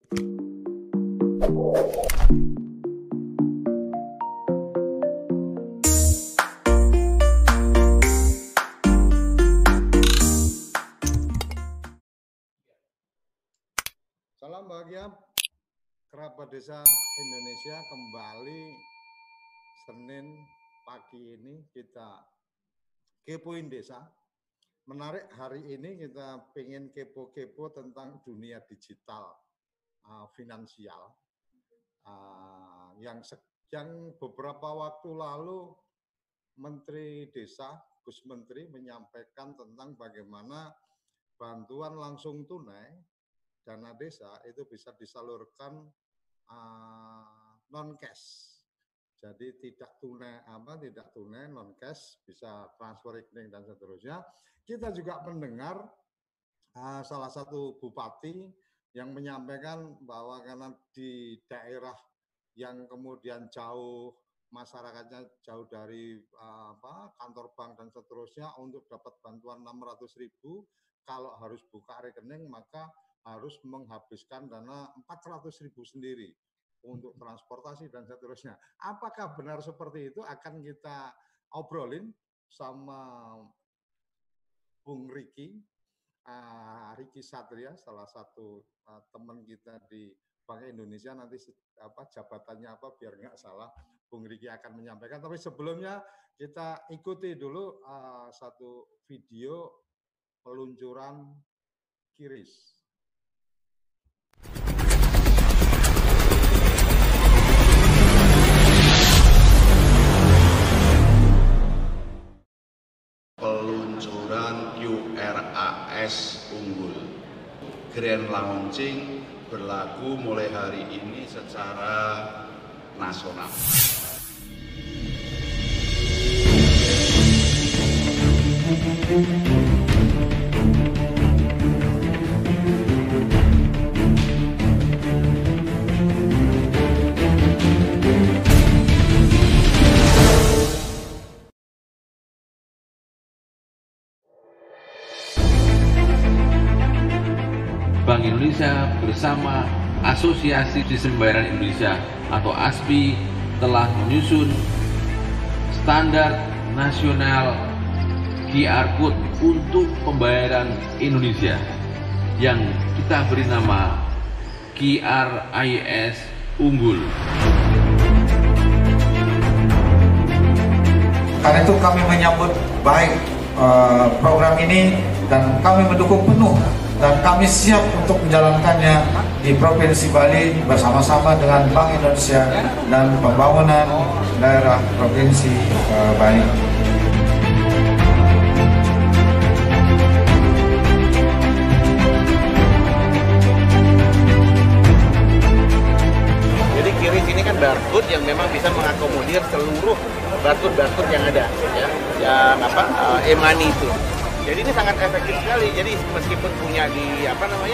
Salam bahagia kerabat desa Indonesia, kembali Senin pagi ini kita kepoin desa. Menarik, hari ini kita pengen kepo-kepo tentang dunia digital finansial yang beberapa waktu lalu Menteri Desa, Gus Menteri menyampaikan tentang bagaimana bantuan langsung tunai dana desa itu bisa disalurkan non cash. Jadi tidak tunai non cash, bisa transfer rekening dan seterusnya. Kita juga mendengar salah satu bupati yang menyampaikan bahwa karena di daerah yang kemudian jauh, masyarakatnya jauh dari kantor bank dan seterusnya, untuk dapat bantuan 600.000, kalau harus buka rekening maka harus menghabiskan dana 400.000 sendiri untuk transportasi dan seterusnya. Apakah benar seperti itu? Akan kita obrolin sama Bung Riki Satria, salah satu teman kita di Bank Indonesia. Nanti jabatannya apa biar nggak salah, Bung Riki akan menyampaikan. Tapi sebelumnya kita ikuti dulu satu video peluncuran QRIS. Peluncuran QRAS Unggul. Grand launching berlaku mulai hari ini secara nasional. Bank Indonesia bersama Asosiasi Sistem Pembayaran Indonesia atau ASPI telah menyusun standar nasional QR Code untuk pembayaran Indonesia yang kita beri nama QRIS Unggul. Karena itu kami menyambut baik program ini dan kami mendukung penuh dan kami siap untuk menjalankannya di Provinsi Bali bersama-sama dengan Bank Indonesia dan pembangunan daerah Provinsi Bali. Jadi QRIS ini kan barcode yang memang bisa mengakomodir seluruh barcode yang ada, ya, yang e-money itu. Jadi ini sangat efektif sekali. Jadi meskipun punya di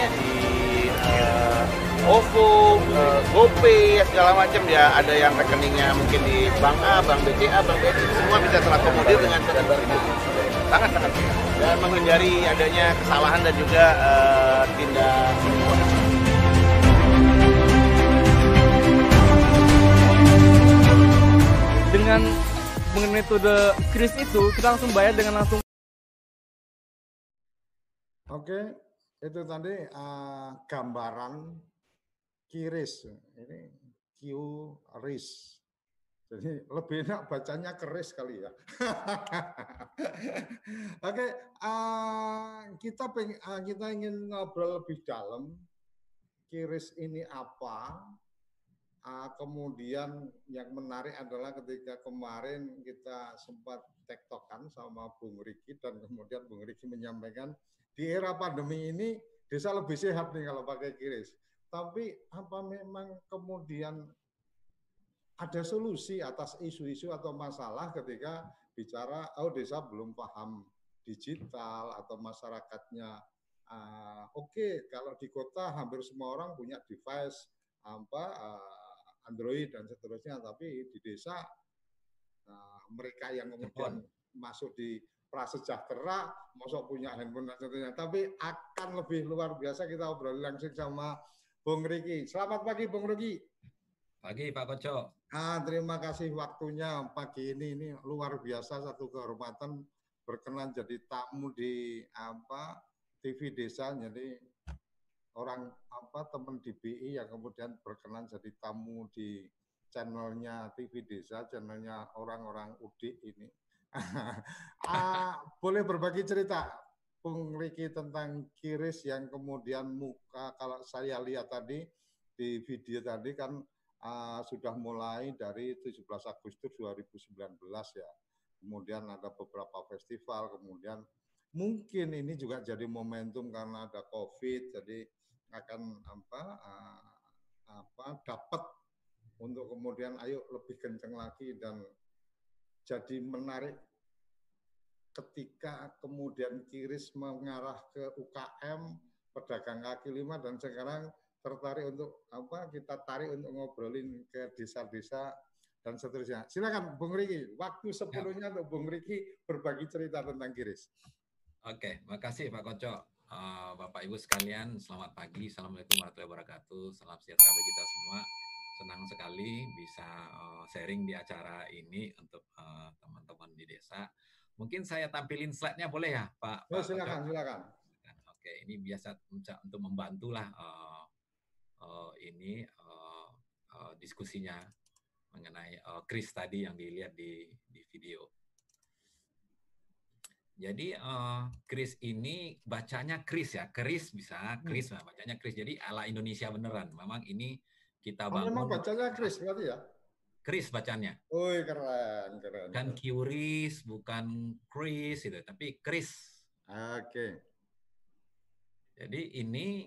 OVO, GoPay, segala macam, ya ada yang rekeningnya mungkin di Bank A, Bank BCA, Bank BNI, semua bisa terakomodir dengan standar itu. Sangat-sangat dan menghindari adanya kesalahan dan juga tindak penipuan. Dengan mengenai metode QRIS itu, kita langsung bayar dengan langsung. Oke, itu tadi gambaran QRIS. Ini QRIS. Jadi lebih enak bacanya keris kali ya. Oke, kita ingin ngobrol lebih dalam. QRIS ini apa? Kemudian yang menarik adalah ketika kemarin kita sempat tektokan sama Bung Riki, dan kemudian Bung Riki menyampaikan di era pandemi ini desa lebih sehat nih kalau pakai QRIS. Tapi apa memang kemudian ada solusi atas isu-isu atau masalah ketika bicara desa belum paham digital atau masyarakatnya oke, kalau di kota hampir semua orang punya device Android dan seterusnya, tapi di desa mereka yang kemudian masuk di prasejahtera masuk punya handphone dan seterusnya. Tapi akan lebih luar biasa kita obrol langsung sama Bung Riki. Selamat pagi, Bung Riki. Pagi, Pak Koco. Terima kasih waktunya pagi ini. Ini luar biasa, satu kehormatan berkenan jadi tamu di TV Desa. Jadi orang teman di BI yang kemudian berkenan jadi tamu di channelnya TV Desa, channelnya orang-orang UDIK ini. Boleh berbagi cerita, Bung Riki, tentang QRIS yang kemudian kalau saya lihat tadi di video tadi kan sudah mulai dari 17 Agustus 2019 ya. Kemudian ada beberapa festival, kemudian mungkin ini juga jadi momentum karena ada COVID, jadi akan dapat untuk kemudian ayo lebih kenceng lagi dan jadi menarik ketika kemudian QRIS mengarah ke UKM, pedagang kaki lima, dan sekarang tertarik untuk kita tarik untuk ngobrolin ke desa-desa dan seterusnya. Silakan Bung Riki, waktu sepenuhnya untuk Bung Riki berbagi cerita tentang QRIS. Oke, makasih Pak Koco. Bapak Ibu sekalian, selamat pagi. Assalamualaikum warahmatullahi wabarakatuh. Salam sejahtera bagi kita semua. Senang sekali bisa sharing di acara ini untuk teman-teman di desa. Mungkin saya tampilin slide-nya boleh ya, Pak? Silakan. Oke, ini biasa untuk membantulah diskusinya mengenai QRIS tadi yang dilihat di video. Jadi QRIS ini bacanya QRIS ya, QRIS bisa, QRIS bacanya QRIS. Jadi ala Indonesia beneran. Memang ini kita bangun. Memang bacanya QRIS berarti ya? QRIS bacanya. Keren. Bukan QRIS, bukan QRIS itu, tapi QRIS. Oke. Jadi ini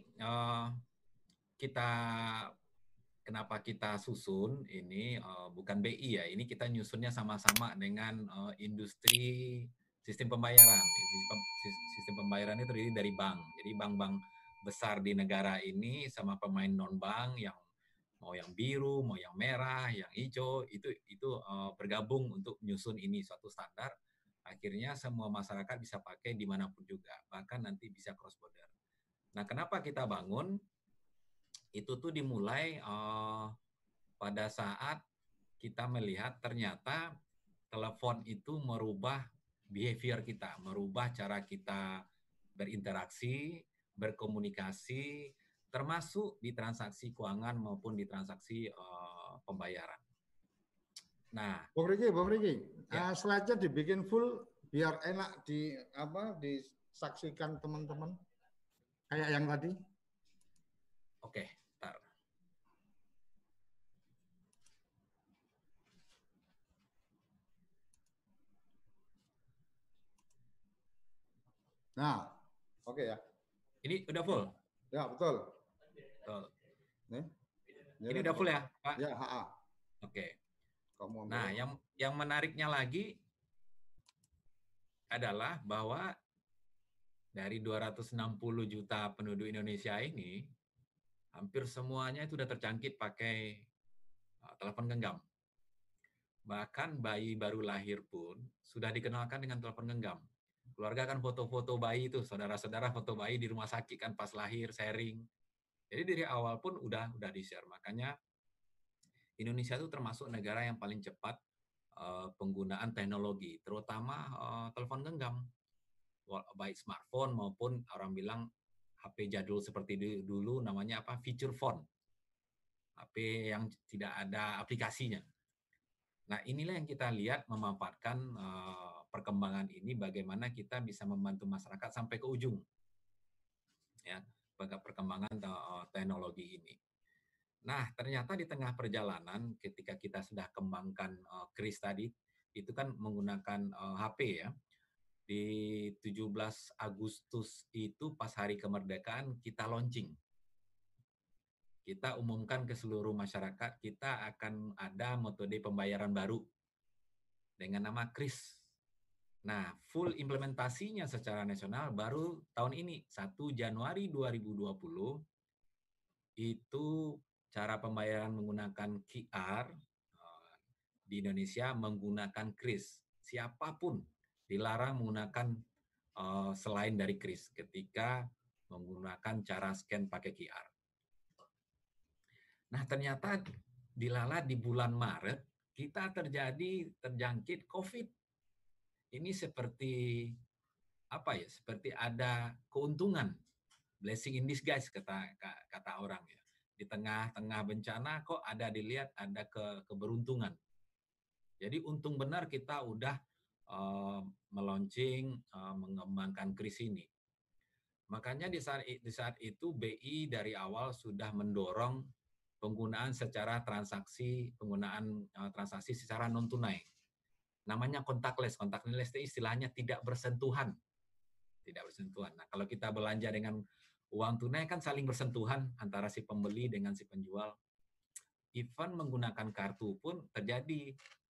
kenapa kita susun ini bukan BI ya, ini kita nyusunnya sama-sama dengan industri sistem pembayaran. Sistem pembayaran itu terdiri dari bank. Jadi bank-bank besar di negara ini sama pemain non-bank yang mau yang biru, mau yang merah, yang hijau, itu bergabung untuk nyusun ini suatu standar. Akhirnya semua masyarakat bisa pakai dimanapun juga, bahkan nanti bisa cross border. Nah, kenapa kita bangun? Itu tuh dimulai pada saat kita melihat ternyata telepon itu merubah behavior kita, merubah cara kita berinteraksi, berkomunikasi, termasuk di transaksi keuangan maupun di transaksi pembayaran. Nah, Bung Riki, ya. Slide-nya dibikin full biar enak disaksikan teman-teman. Kayak yang tadi. Oke, bentar. Nah, oke ya. Ini udah full? Ya, betul. Ini udah full ya, Pak? Ya, Oke. Nah, yang menariknya lagi adalah bahwa dari 260 juta penduduk Indonesia ini, hampir semuanya itu sudah terjangkit pakai telepon genggam. Bahkan bayi baru lahir pun sudah dikenalkan dengan telepon genggam. Keluarga kan foto-foto bayi itu, saudara-saudara foto bayi di rumah sakit kan pas lahir, sharing. Jadi dari awal pun udah di-share. Makanya Indonesia itu termasuk negara yang paling cepat penggunaan teknologi, terutama telepon genggam. Baik smartphone maupun orang bilang HP jadul seperti dulu namanya apa, feature phone, HP yang tidak ada aplikasinya. Nah, inilah yang kita lihat memanfaatkan perkembangan ini, bagaimana kita bisa membantu masyarakat sampai ke ujung ya, perkembangan teknologi ini. Nah, ternyata di tengah perjalanan ketika kita sudah kembangkan QRIS tadi, itu kan menggunakan HP ya. Di 17 Agustus itu pas hari kemerdekaan kita launching. Kita umumkan ke seluruh masyarakat, kita akan ada metode pembayaran baru dengan nama QRIS. Nah, full implementasinya secara nasional baru tahun ini, 1 Januari 2020, itu cara pembayaran menggunakan QR di Indonesia menggunakan QRIS. Siapapun dilarang menggunakan selain dari QRIS ketika menggunakan cara scan pakai QR. Nah, ternyata dilala di bulan Maret kita terjangkit COVID. Ini seperti apa ya? Seperti ada keuntungan, blessing in disguise kata orang ya. Di tengah-tengah bencana kok dilihat ada keberuntungan. Jadi untung benar kita udah mengembangkan kris ini. Makanya di saat itu BI dari awal sudah mendorong penggunaan transaksi secara non tunai. Namanya contactless. Contactless itu istilahnya tidak bersentuhan. Nah, kalau kita belanja dengan uang tunai kan saling bersentuhan antara si pembeli dengan si penjual. Even menggunakan kartu pun terjadi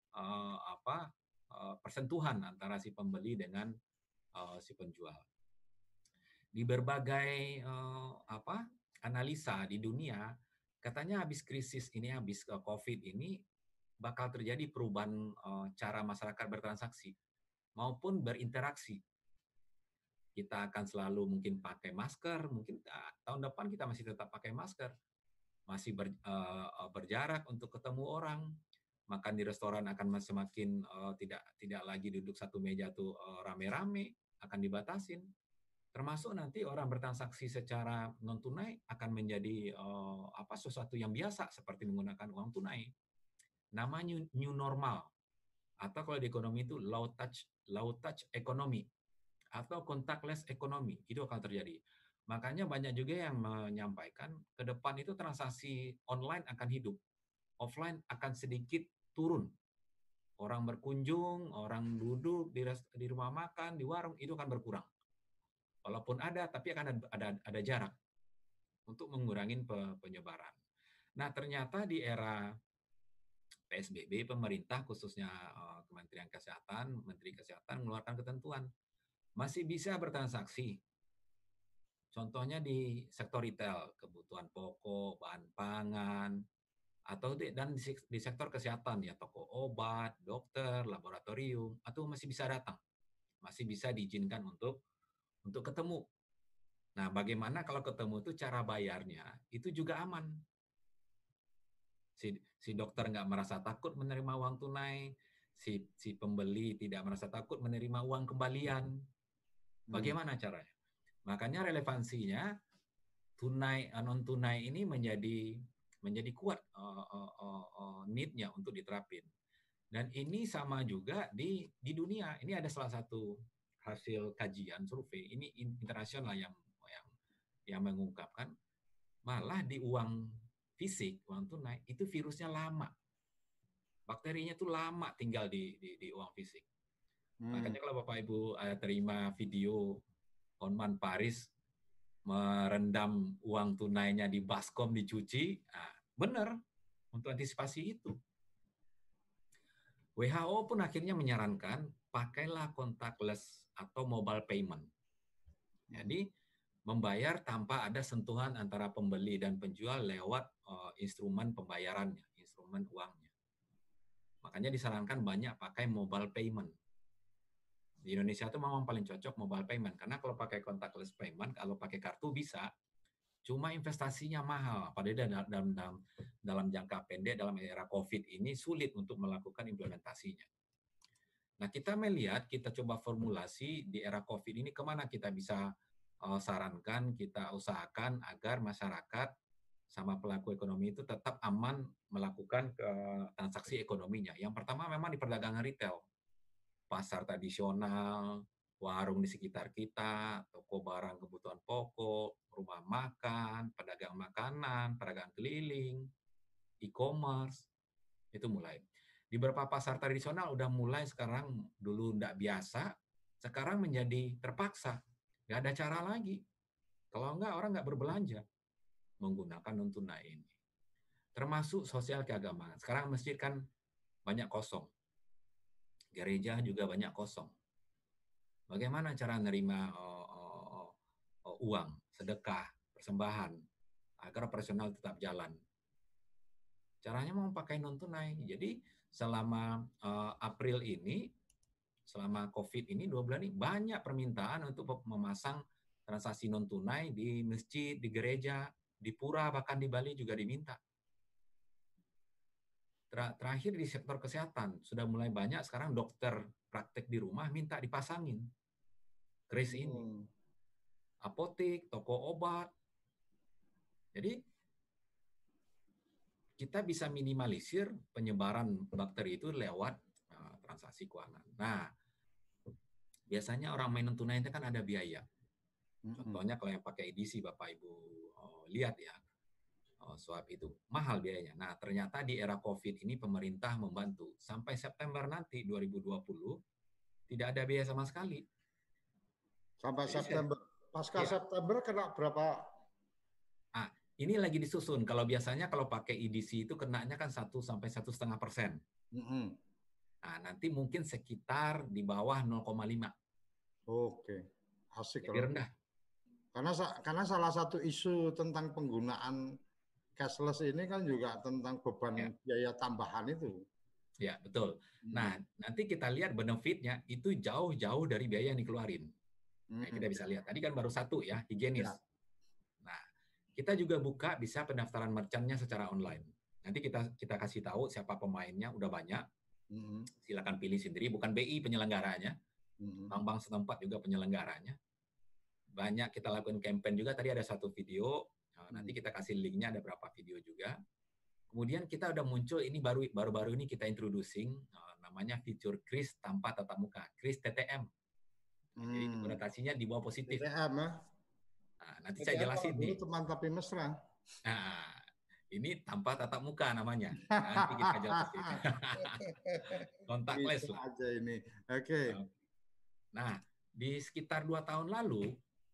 persentuhan antara si pembeli dengan si penjual. Di berbagai analisa di dunia, katanya habis krisis ini, habis COVID ini, bakal terjadi perubahan cara masyarakat bertransaksi maupun berinteraksi. Kita akan selalu mungkin pakai masker, mungkin tahun depan kita masih tetap pakai masker, masih berjarak untuk ketemu orang, makan di restoran akan semakin tidak lagi duduk satu meja tuh rame-rame, akan dibatasin. Termasuk nanti orang bertransaksi secara non tunai akan menjadi sesuatu yang biasa seperti menggunakan uang tunai. Namanya new normal, atau kalau di ekonomi itu low touch economy atau contactless economy, itu akan terjadi. Makanya banyak juga yang menyampaikan ke depan itu transaksi online akan hidup, offline akan sedikit turun. Orang berkunjung, orang duduk di rumah makan, di warung, itu akan berkurang. Walaupun ada, tapi akan ada jarak untuk mengurangi penyebaran. Nah, ternyata di era PSBB, pemerintah khususnya Kementerian Kesehatan, Menteri Kesehatan mengeluarkan ketentuan masih bisa bertransaksi. Contohnya di sektor retail, kebutuhan pokok, bahan pangan, dan di sektor kesehatan ya, toko obat, dokter, laboratorium, atau masih bisa datang, masih bisa diizinkan untuk ketemu. Nah, bagaimana kalau ketemu itu cara bayarnya itu juga aman. Si dokter nggak merasa takut menerima uang tunai, si pembeli tidak merasa takut menerima uang kembalian. Bagaimana caranya? Makanya relevansinya tunai non tunai ini menjadi kuat need-nya untuk diterapin. Dan ini sama juga di dunia. Ini ada salah satu hasil kajian survei ini internasional yang mengungkapkan malah di uang fisik, uang tunai itu virusnya lama. Bakterinya tuh lama tinggal di uang fisik. Makanya kalau Bapak Ibu terima video Hotman Paris merendam uang tunainya di baskom dicuci, benar untuk antisipasi itu. WHO pun akhirnya menyarankan pakailah contactless atau mobile payment. Jadi membayar tanpa ada sentuhan antara pembeli dan penjual lewat instrumen pembayarannya, instrumen uangnya. Makanya disarankan banyak pakai mobile payment. Di Indonesia itu memang paling cocok mobile payment, karena kalau pakai contactless payment, kalau pakai kartu bisa, cuma investasinya mahal. Padahal dalam jangka pendek, dalam era COVID ini sulit untuk melakukan implementasinya. Nah, kita melihat, kita coba formulasi di era COVID ini kemana kita bisa sarankan, kita usahakan agar masyarakat sama pelaku ekonomi itu tetap aman melakukan transaksi ekonominya. Yang pertama memang di perdagangan retail. Pasar tradisional, warung di sekitar kita, toko barang kebutuhan pokok, rumah makan, pedagang makanan, pedagang keliling, e-commerce, itu mulai. Di beberapa pasar tradisional udah mulai sekarang, dulu nggak biasa, sekarang menjadi terpaksa. Nggak ada cara lagi. Kalau nggak, orang nggak berbelanja menggunakan non tunai ini. Termasuk sosial keagamaan. Sekarang masjid kan banyak kosong. Gereja juga banyak kosong. Bagaimana cara menerima uang, sedekah, persembahan, agar operasional tetap jalan? Caranya mau pakai non tunai. Jadi selama April ini, selama COVID ini 2 bulan ini banyak permintaan untuk memasang transaksi non tunai di masjid, di gereja, di pura, bahkan di Bali juga diminta. Terakhir di sektor kesehatan, sudah mulai banyak sekarang dokter praktek di rumah minta dipasangin kris ini. Apotek, toko obat. Jadi kita bisa minimalisir penyebaran bakteri itu lewat transaksi keuangan. Nah, biasanya orang main non tunai itu kan ada biaya. Contohnya kalau yang pakai edisi Bapak Ibu lihat ya, swab itu mahal biayanya. Nah, ternyata di era COVID ini pemerintah membantu. Sampai September nanti 2020 tidak ada biaya sama sekali. Sampai September. Pasca September kena berapa? Ini lagi disusun. Kalau biasanya kalau pakai EDC itu kenanya kan 1 sampai 1,5%. Nah, nanti mungkin sekitar di bawah 0,5. Oke, asik. Jadi rendah. Karena salah satu isu tentang penggunaan cashless ini kan juga tentang beban biaya tambahan itu. Ya, betul. Nah, nanti kita lihat benefitnya itu jauh-jauh dari biaya yang dikeluarin. Nah, kita bisa lihat. Tadi kan baru 1 ya, higienis. Nah, kita juga buka bisa pendaftaran merchant-nya secara online. Nanti kita kasih tahu siapa pemainnya, udah banyak. Silakan pilih sendiri, bukan BI penyelenggaranya. Bank-bank setempat juga penyelenggaranya. Banyak kita lakukan campaign juga. Tadi ada 1 video. Nanti kita kasih linknya, ada berapa video juga. Kemudian kita udah muncul ini baru-baru ini kita introducing namanya fitur kris tanpa tatap muka, kris TTM. Jadi konotasinya di bawah positif. TTM ya. Nah, nanti saya jelasin nih. Teman tapi mesra. Nah, ini tanpa tatap muka namanya. Nanti kita jelasin. Contactless lah. Aja ini. Oke. Nah, di sekitar 2 tahun lalu,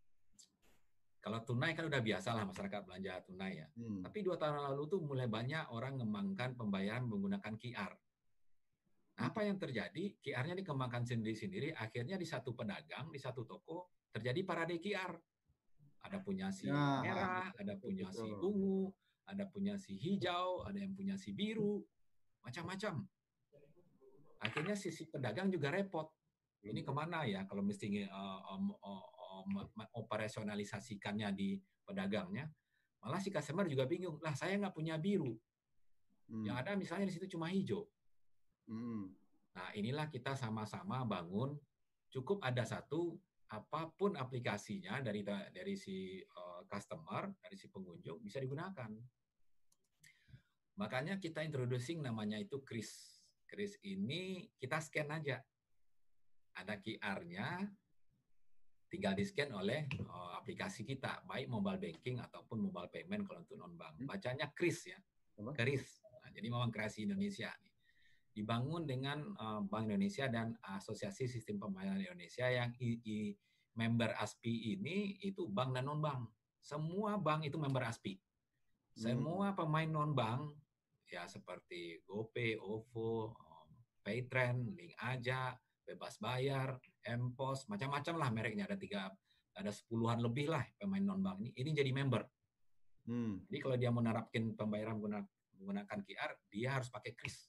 kalau tunai kan udah biasa lah masyarakat belanja tunai ya. Tapi 2 tahun lalu tuh mulai banyak orang mengembangkan pembayaran menggunakan QR. Nah, apa yang terjadi? QR-nya dikembangkan sendiri-sendiri. Akhirnya di satu pedagang, di satu toko, terjadi parade QR. Ada punya si merah, ada punya si ungu, ada punya si hijau, ada yang punya si biru, macam-macam. Akhirnya si pedagang juga repot. Ini kemana ya kalau mesti operasionalisasikannya di pedagangnya? Malah si customer juga bingung. Lah saya nggak punya biru. Yang ada misalnya di situ cuma hijau. Nah inilah kita sama-sama bangun. Cukup ada satu, apapun aplikasinya dari si customer, dari si pengunjung bisa digunakan. Makanya kita introducing namanya itu kris. Kris ini kita scan aja. Ada QR-nya, tinggal di-scan oleh aplikasi kita, baik mobile banking ataupun mobile payment kalau untuk non-bank. Bacanya kris ya, kris. Nah, jadi memang kreasi Indonesia. Dibangun dengan Bank Indonesia dan Asosiasi Sistem Pembayaran Indonesia yang member ASPI ini itu bank dan non-bank. Semua bank itu member ASPI. Semua pemain non-bank, ya seperti GoPay, OVO, Paytrend, Link Aja, Bebas Bayar, M-Pos, macam-macam lah mereknya, ada 10-an lebih lah pemain non-bank ini jadi member. Jadi kalau dia menerapkan pembayaran menggunakan QR, dia harus pakai kris.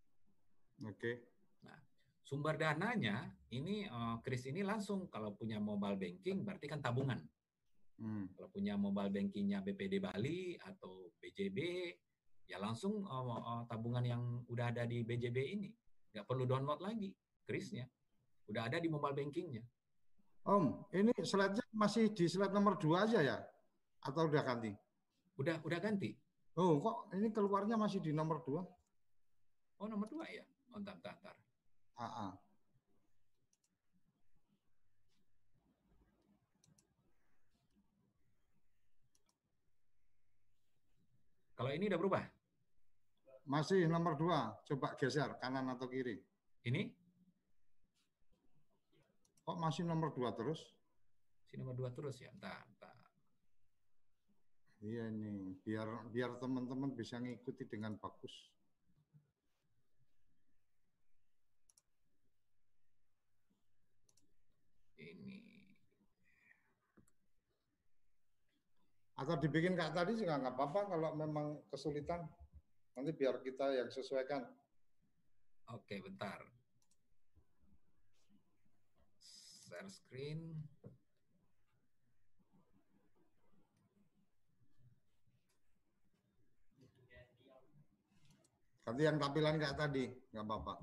Nah, sumber dananya ini kris ini langsung kalau punya mobile banking berarti kan tabungan. Kalau punya mobile bankingnya BPD Bali atau BJB, ya langsung tabungan yang udah ada di BJB ini. Nggak perlu download lagi krisnya. Udah ada di mobile bankingnya. Om, ini slide-nya masih di slide nomor 2 aja ya? Atau udah ganti? Udah ganti. Oh, kok ini keluarnya masih di nomor 2? Oh, nomor 2 ya? Oh, bentar. Kalau ini udah berubah? Masih nomor 2. Coba geser kanan atau kiri. Ini? Kok masih nomor 2 terus? Masih nomor 2 terus ya? Bentar. Iya nih, biar teman-teman bisa ngikuti dengan bagus. Ini. Atau dibikin kayak tadi juga nggak apa-apa kalau memang kesulitan. Nanti biar kita yang sesuaikan. Oke, bentar. Share screen. Ganti yang tampilan kayak tadi, nggak apa-apa.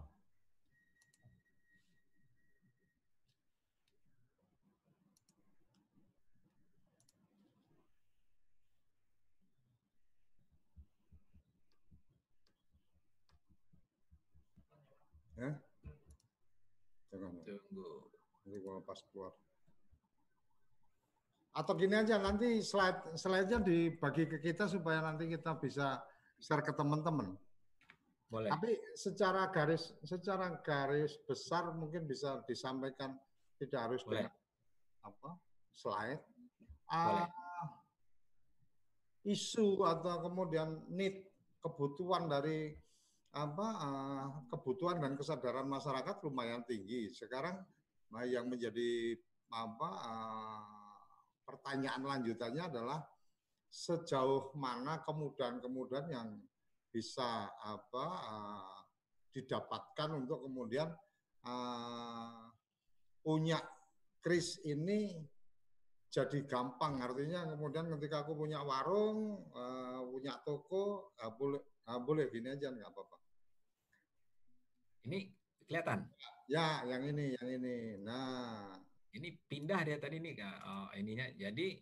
Ya. Jangan. Tunggu. Nanti kalau pas keluar. Atau gini aja, nanti slide-nya dibagi ke kita supaya nanti kita bisa share ke teman-teman. Boleh. Tapi secara garis besar mungkin bisa disampaikan, tidak harus dengan slide. Isu atau kemudian need, kebutuhan dari kebutuhan dan kesadaran masyarakat lumayan tinggi. Sekarang yang menjadi pertanyaan lanjutannya adalah sejauh mana kemudahan-kemudahan yang bisa didapatkan untuk kemudian punya kris ini jadi gampang. Artinya kemudian ketika aku punya warung, punya toko, boleh gini aja, nggak apa-apa. Ini kelihatan? Ya, yang ini. Nah, ini pindah dia tadi nih, ininya. Jadi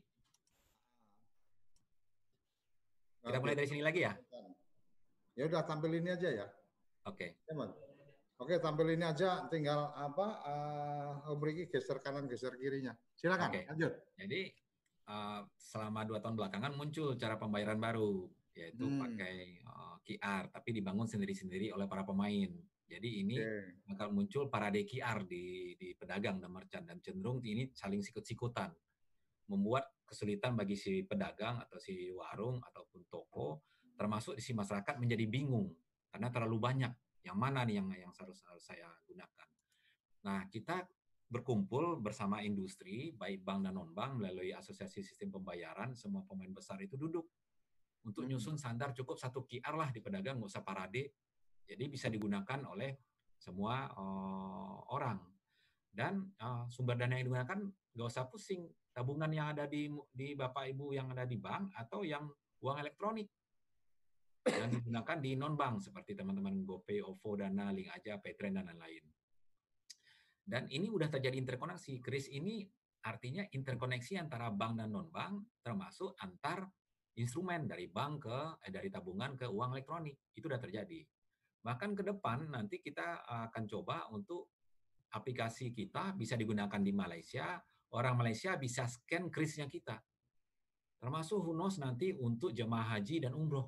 kita mulai dari sini lagi ya? Ya udah, tampil ini aja ya. Oke. Oke, tampil ini aja. Tinggal Om Riki geser kanan, geser kirinya. Silakan. Lanjut. Jadi selama 2 tahun belakangan muncul cara pembayaran baru, yaitu pakai QR, tapi dibangun sendiri-sendiri oleh para pemain. Jadi ini bakal muncul parade QR di pedagang dan merchant, dan cenderung ini saling sikut-sikutan, membuat kesulitan bagi si pedagang atau si warung ataupun toko, termasuk si masyarakat menjadi bingung karena terlalu banyak. Yang mana nih yang harus saya gunakan? Nah, kita berkumpul bersama industri, baik bank dan non-bank, melalui asosiasi sistem pembayaran, semua pemain besar itu duduk untuk nyusun standar cukup 1 QR lah di pedagang, nggak usah parade. Jadi bisa digunakan oleh semua orang. Dan sumber dana yang digunakan nggak usah pusing. Tabungan yang ada di Bapak Ibu yang ada di bank atau yang uang elektronik yang digunakan di non-bank seperti teman-teman GoPay, OVO, Dana, Link Aja, Paytrend, dan lain-lain. Dan ini udah terjadi interkoneksi. Kris ini artinya interkoneksi antara bank dan non-bank, termasuk antar instrumen dari bank dari tabungan ke uang elektronik. Itu udah terjadi. Bahkan ke depan nanti kita akan coba untuk aplikasi kita bisa digunakan di Malaysia, orang Malaysia bisa scan krisnya kita. Termasuk who knows nanti untuk jemaah haji dan umroh.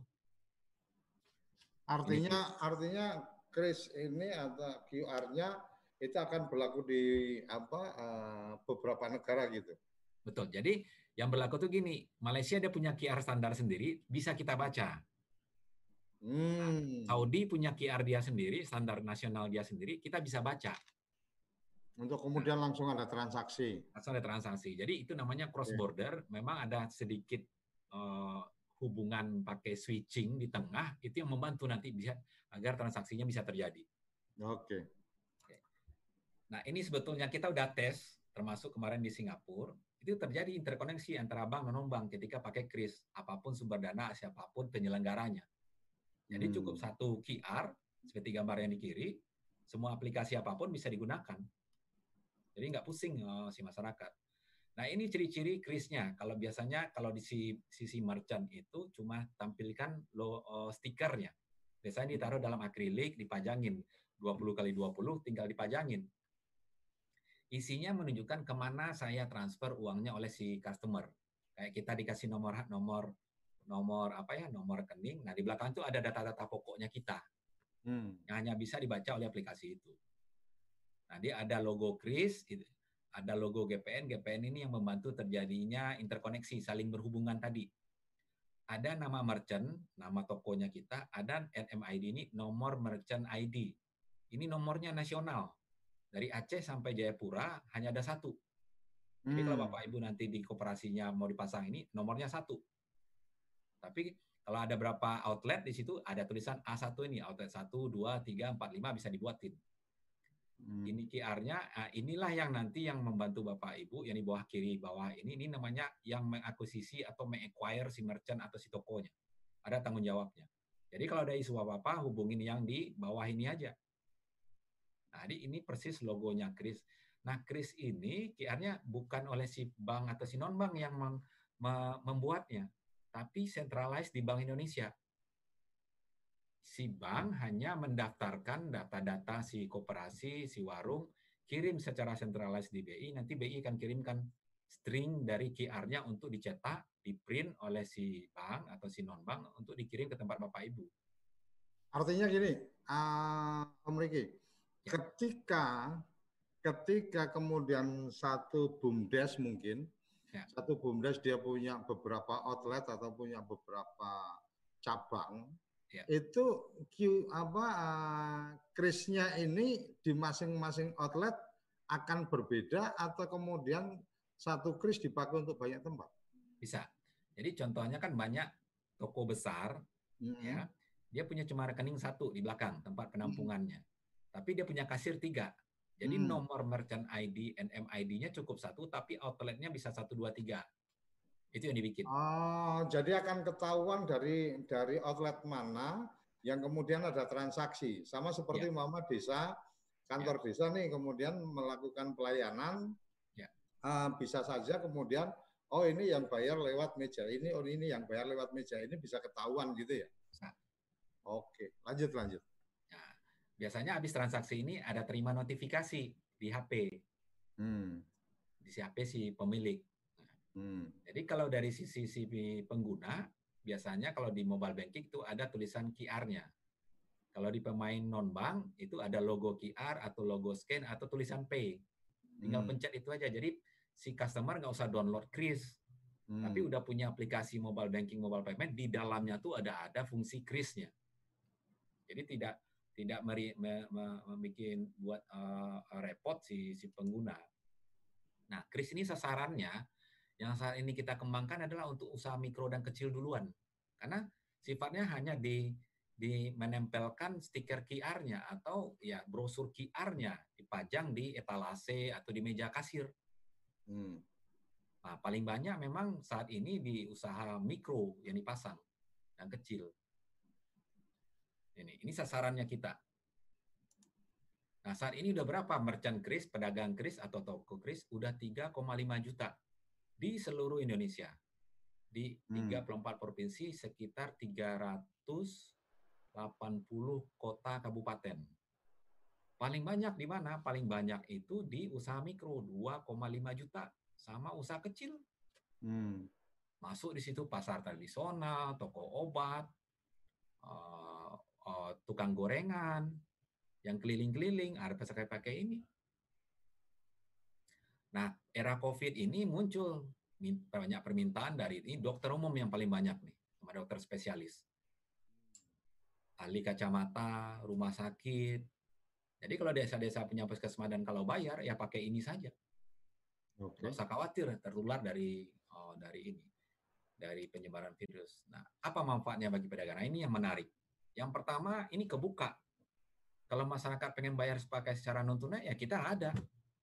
Artinya kris ini atau QR-nya itu akan berlaku di beberapa negara gitu. Betul. Jadi yang berlaku tuh gini, Malaysia dia punya QR standar sendiri, bisa kita baca. Saudi punya QR dia sendiri, standar nasional dia sendiri, kita bisa baca. Untuk kemudian langsung ada transaksi. Langsung ada transaksi. Jadi itu namanya cross border. Memang ada sedikit hubungan pakai switching di tengah, itu yang membantu nanti bisa agar transaksinya bisa terjadi. Oke. Nah, ini sebetulnya kita udah tes, termasuk kemarin di Singapura, itu terjadi interkoneksi antara bank dan non-bank ketika pakai kris, apapun sumber dana, siapapun penyelenggaranya. Jadi cukup 1 QR, seperti gambar yang di kiri, semua aplikasi apapun bisa digunakan. Jadi nggak pusing si masyarakat. Nah, ini ciri-ciri krisnya. Kalau biasanya kalau di sisi merchant itu cuma tampilkan stikernya. Biasanya ditaruh dalam akrilik, dipajangin 20x20, tinggal dipajangin. Isinya menunjukkan kemana saya transfer uangnya oleh si customer. Kayak kita dikasih nomor rekening. Nah, di belakang itu ada data-data pokoknya kita yang hanya bisa dibaca oleh aplikasi itu. Nah, dia ada logo kris, ada logo GPN. GPN ini yang membantu terjadinya interkoneksi, saling berhubungan tadi. Ada nama merchant, nama tokonya kita, ada NMID ini, nomor merchant ID. Ini nomornya nasional. Dari Aceh sampai Jayapura hanya ada 1. Jadi kalau Bapak Ibu nanti di koperasinya mau dipasang ini, nomornya 1. Tapi kalau ada berapa outlet di situ, ada tulisan A1 ini, outlet 1, 2, 3, 4, 5 bisa dibuatin. Ini QR-nya, inilah yang nanti yang membantu Bapak Ibu, yang di bawah kiri bawah ini namanya yang mengakuisisi atau meng-acquire si merchant atau si tokonya. Ada tanggung jawabnya. Jadi kalau ada isu apa-apa, hubungin yang di bawah ini aja. Nah, ini persis logonya Kris. Nah, Kris ini QR-nya bukan oleh si bank atau si non-bank yang membuatnya, tapi centralized di Bank Indonesia. Si bank hanya mendaftarkan data-data si koperasi, si warung, kirim secara centralized di BI, nanti BI akan kirimkan string dari QR-nya untuk dicetak, di-print oleh si bank atau si non-bank untuk dikirim ke tempat Bapak Ibu. Artinya gini, Om Riki, Ya. ketika kemudian satu BUMDes mungkin, Ya. satu BUMDes dia punya beberapa outlet atau punya beberapa cabang, Ya. itu krisnya ini di masing-masing outlet akan berbeda atau kemudian satu kris dipakai untuk banyak tempat? Bisa. Jadi contohnya kan banyak toko besar, ya, dia punya cuma rekening satu di belakang tempat penampungannya, tapi dia punya kasir 3. Jadi nomor merchant ID, NMID-nya cukup 1, tapi outletnya bisa 1, 2, 3. Itu yang dibikin. Oh, jadi akan ketahuan dari outlet mana yang kemudian ada transaksi. Sama seperti Mama Desa, kantor desa nih kemudian melakukan pelayanan, bisa saja kemudian, oh ini yang bayar lewat meja ini, oh ini yang bayar lewat meja ini, bisa ketahuan gitu ya? Bisa. Oke, lanjut. Nah, biasanya habis transaksi ini ada terima notifikasi di HP. Di HP si pemilik. Jadi kalau dari sisi pengguna, biasanya kalau di mobile banking itu ada tulisan QR-nya. Kalau di pemain non-bank, itu ada logo QR atau logo scan atau tulisan Pay. Tinggal pencet itu aja. Jadi si customer nggak usah download Kris. Tapi udah punya aplikasi mobile banking, mobile payment, di dalamnya tuh ada fungsi Kris-nya. Jadi tidak buat repot si pengguna. Nah, Kris ini sasarannya yang saat ini kita kembangkan adalah untuk usaha mikro dan kecil duluan. Karena sifatnya hanya menempelkan stiker QR-nya atau ya brosur QR-nya dipajang di etalase atau di meja kasir. Nah, paling banyak memang saat ini di usaha mikro yang dipasang dan kecil. Ini sasarannya kita. Nah, saat ini udah berapa merchant Kris, pedagang Kris atau toko Kris? Udah 3,5 juta di seluruh Indonesia. Di 34 provinsi, sekitar 380 kota kabupaten. Paling banyak di mana? Paling banyak itu di usaha mikro, 2,5 juta. Sama usaha kecil. Masuk di situ pasar tradisional, toko obat, tukang gorengan, yang keliling-keliling, ada pakai ini. Nah, era COVID ini muncul banyak permintaan dari ini dokter umum yang paling banyak nih, sama dokter spesialis. Ahli kacamata, rumah sakit. Jadi kalau desa-desa punya puskesmas dan kalau bayar, ya pakai ini saja. Nggak usah khawatir tertular dari penyebaran virus. Nah, apa manfaatnya bagi pedagang? Nah, ini yang menarik. Yang pertama, ini kebuka. Kalau masyarakat pengen bayar pakai secara non-tunai, ya kita ada.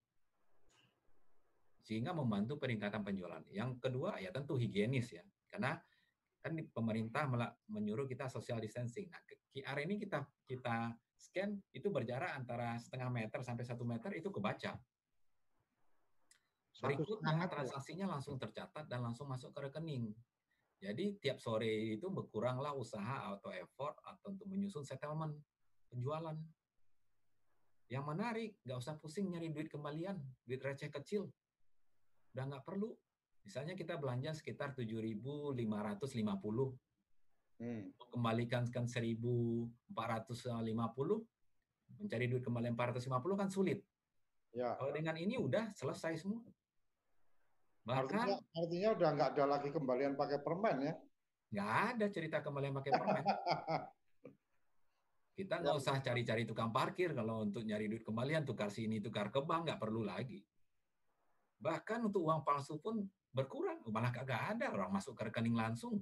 Sehingga membantu peningkatan penjualan. Yang kedua, ya tentu higienis ya. Karena kan pemerintah menyuruh kita social distancing. Nah, QR ini kita scan, itu berjarak antara 0,5 meter sampai 1 meter, itu kebaca. Berikutnya, transaksinya langsung tercatat dan langsung masuk ke rekening. Jadi, tiap sore itu berkuranglah usaha atau effort atau untuk menyusun settlement penjualan. Yang menarik, nggak usah pusing nyari duit kembalian, duit receh kecil. Udah nggak perlu. Misalnya kita belanja sekitar 7.550, kembalikan 1.450, mencari duit kembali 450 kan sulit. Ya. Kalau dengan ini udah selesai semua. Bahkan artinya udah nggak ada lagi kembalian pakai permen ya? Nggak ada cerita kembalian pakai permen. Kita nggak usah cari-cari tukang parkir kalau untuk nyari duit kembalian, tukar sini, tukar ke bank, nggak perlu lagi. Bahkan untuk uang palsu pun berkurang, malah kagak ada, orang masuk ke rekening langsung.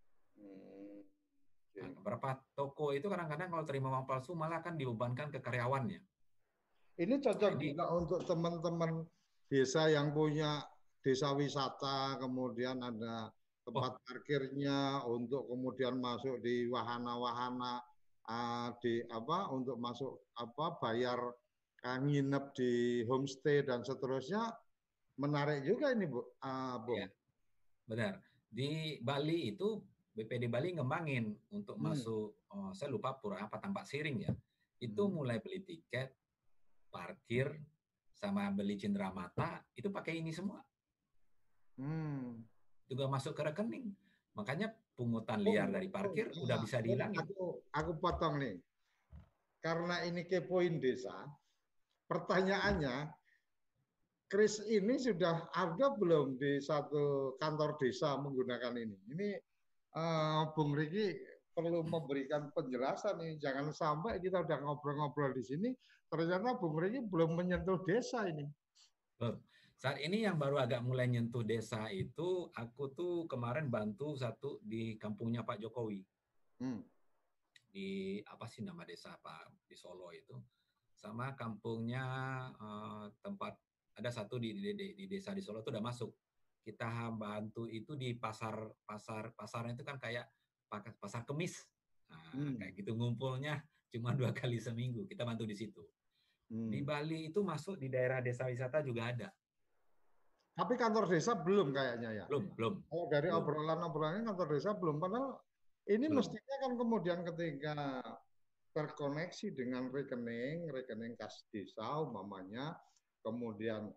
Nah, beberapa toko itu kadang-kadang kalau terima uang palsu malah kan dibebankan ke karyawannya. Ini cocok juga untuk teman-teman desa yang punya desa wisata, kemudian ada tempat parkirnya, untuk kemudian masuk di wahana-wahana di apa untuk masuk apa bayar nginep di homestay dan seterusnya, menarik juga ini Bu. Bung. Ya, benar. Di Bali itu BPD Bali ngembangin untuk masuk, saya lupa pura apa Tampak Siring ya. Itu mulai beli tiket, parkir, sama beli cenderamata itu pakai ini semua. Juga masuk ke rekening. Makanya pungutan liar dari parkir udah bisa dihilangin. Aku potong nih. Karena ini kepoin desa, pertanyaannya, Kris ini sudah ada belum di satu kantor desa menggunakan ini? Ini Bung Riki perlu memberikan penjelasan nih. Jangan sampai kita udah ngobrol-ngobrol di sini, ternyata Bung Riki belum menyentuh desa ini. Saat ini yang baru agak mulai nyentuh desa itu, aku tuh kemarin bantu satu di kampungnya Pak Jokowi. Di apa sih nama desa Pak di Solo itu, sama kampungnya tempat ada satu di desa di Solo itu udah masuk. Kita bantu itu di pasarnya itu kan kayak pasar kemis, kayak gitu ngumpulnya cuma 2 kali seminggu. Kita bantu di situ. Di Bali itu masuk di daerah desa wisata juga ada. Tapi kantor desa belum kayaknya ya. Belum. Kalau dari obrolan-obrolannya kantor desa belum. Padahal ini mestinya kan kemudian ketika terkoneksi dengan rekening kas desa umpamanya, kemudian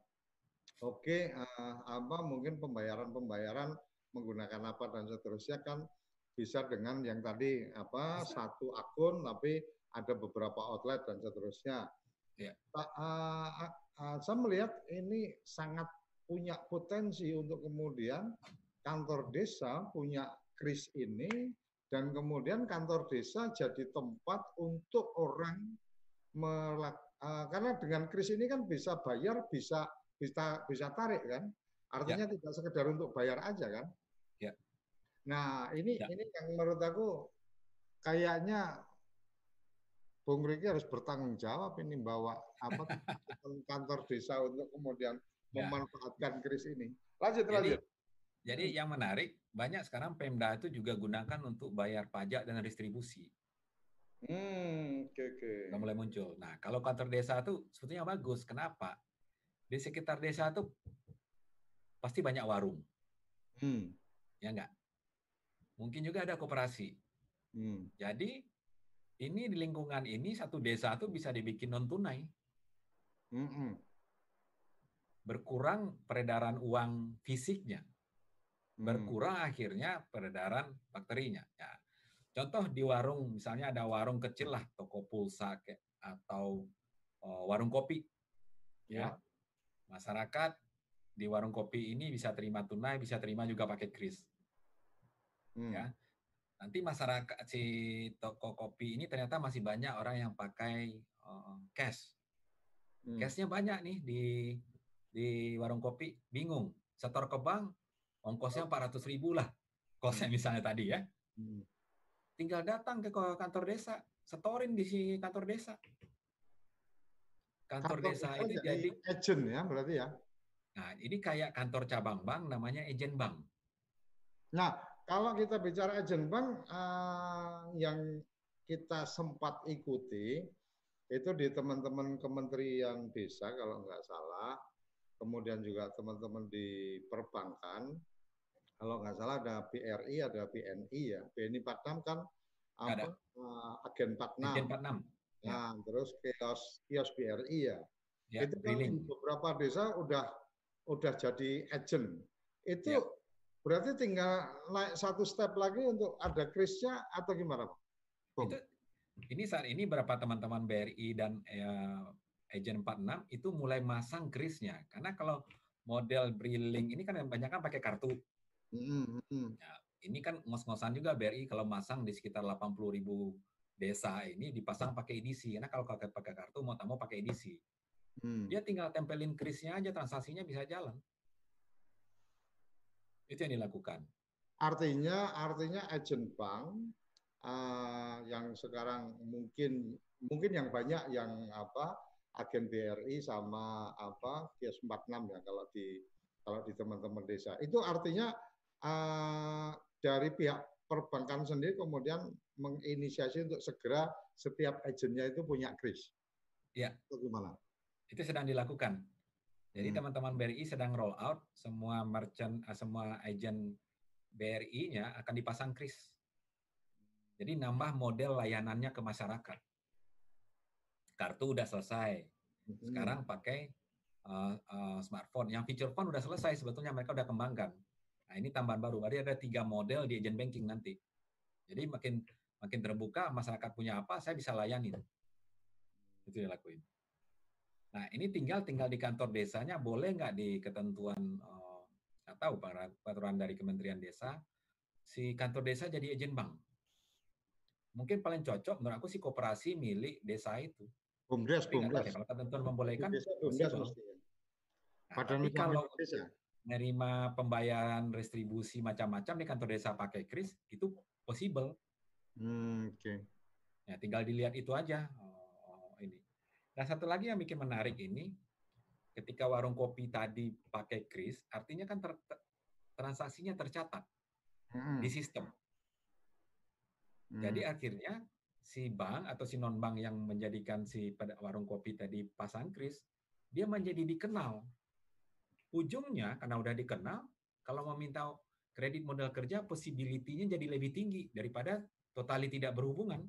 mungkin pembayaran menggunakan apa dan seterusnya kan bisa dengan yang tadi satu akun tapi ada beberapa outlet dan seterusnya. Ya. Saya melihat ini sangat punya potensi untuk kemudian kantor desa punya kris ini, dan kemudian kantor desa jadi tempat untuk orang karena dengan kris ini kan bisa bayar, bisa tarik kan, artinya tidak sekedar untuk bayar aja kan. Ya. Nah ini yang menurut aku kayaknya Bung Riki harus bertanggung jawab ini, bawa kantor desa untuk kemudian memanfaatkan kris ini. Lanjut. Jadi yang menarik, banyak sekarang Pemda itu juga gunakan untuk bayar pajak dan distribusi. Udah mulai muncul. Nah, kalau kantor desa itu sebetulnya bagus. Kenapa? Di sekitar desa itu pasti banyak warung. Ya enggak? Mungkin juga ada koperasi. Jadi, ini di lingkungan ini satu desa itu bisa dibikin non-tunai. Berkurang peredaran uang fisiknya. Berkurang akhirnya peredaran bakterinya. Ya. Contoh di warung, misalnya ada warung kecil lah, toko pulsa atau warung kopi. Ya. Masyarakat di warung kopi ini bisa terima tunai, bisa terima juga pakai kris. Ya. Nanti masyarakat si toko kopi ini ternyata masih banyak orang yang pakai cash. Cashnya banyak nih di warung kopi, bingung. Setor ke bank, ongkosnya 400.000 lah. Kosnya misalnya tadi ya. Tinggal datang ke kantor desa, setorin di si kantor desa. Kantor desa itu jadi agent ya berarti ya. Nah, ini kayak kantor cabang bank, namanya agen bank. Nah, kalau kita bicara agen bank, yang kita sempat ikuti itu di teman-teman kementerian desa kalau nggak salah, kemudian juga teman-teman di perbankan, kalau nggak salah ada BRI, ada BNI ya. BNI 46 kan agen 46. Agen 46. Nah, terus kios BRI ya. Itu kan di beberapa desa udah jadi agent. Itu berarti tinggal naik satu step lagi untuk ada krisnya atau gimana, Pak? Ini saat ini berapa teman-teman BRI dan Agent 46 itu mulai masang krisnya. Karena kalau model Brilink ini kan banyak kan pakai kartu. Ya, ini kan ngos-ngosan juga BRI kalau masang di sekitar 80.000 desa ini dipasang pakai edisi. Karena kalau pakai kartu mau pakai edisi. Dia tinggal tempelin krisnya aja, transaksinya bisa jalan. Itu yang dilakukan. Artinya agent bank yang sekarang mungkin yang banyak yang agen BRI sama kios 46 ya kalau di teman-teman desa. Itu artinya dari pihak perbankan sendiri kemudian menginisiasi untuk segera setiap agennya itu punya kris. Ya. Itu gimana? Itu sedang dilakukan. Jadi teman-teman BRI sedang roll out semua merchant, semua agent BRI-nya akan dipasang kris. Jadi nambah model layanannya ke masyarakat. Kartu udah selesai. Sekarang pakai smartphone. Yang feature phone udah selesai, sebetulnya mereka udah kembangkan. Nah, ini tambahan baru. Berarti ada 3 model di agent banking nanti. Jadi makin terbuka, masyarakat punya apa, saya bisa layanin. Itu dilakuin. Nah, ini tinggal di kantor desanya, boleh nggak di ketentuan, nggak tahu, peraturan dari Kementerian Desa, si kantor desa jadi agen bank. Mungkin paling cocok, menurut aku sih koperasi milik desa itu. BUMDes. Kalau ketentuan membolehkan, BUMDes mestinya. Nah, tapi kalau menerima pembayaran restribusi macam-macam di kantor desa pakai kris, itu possible. Oke. Ya, tinggal dilihat itu aja. Ini. Nah, satu lagi yang bikin menarik ini, ketika warung kopi tadi pakai kris, artinya kan transaksinya tercatat di sistem. Jadi akhirnya si bank atau si non-bank yang menjadikan si warung kopi tadi pasang kris, dia menjadi dikenal. Ujungnya, karena udah dikenal, kalau meminta kredit modal kerja, possibility-nya jadi lebih tinggi daripada totali tidak berhubungan.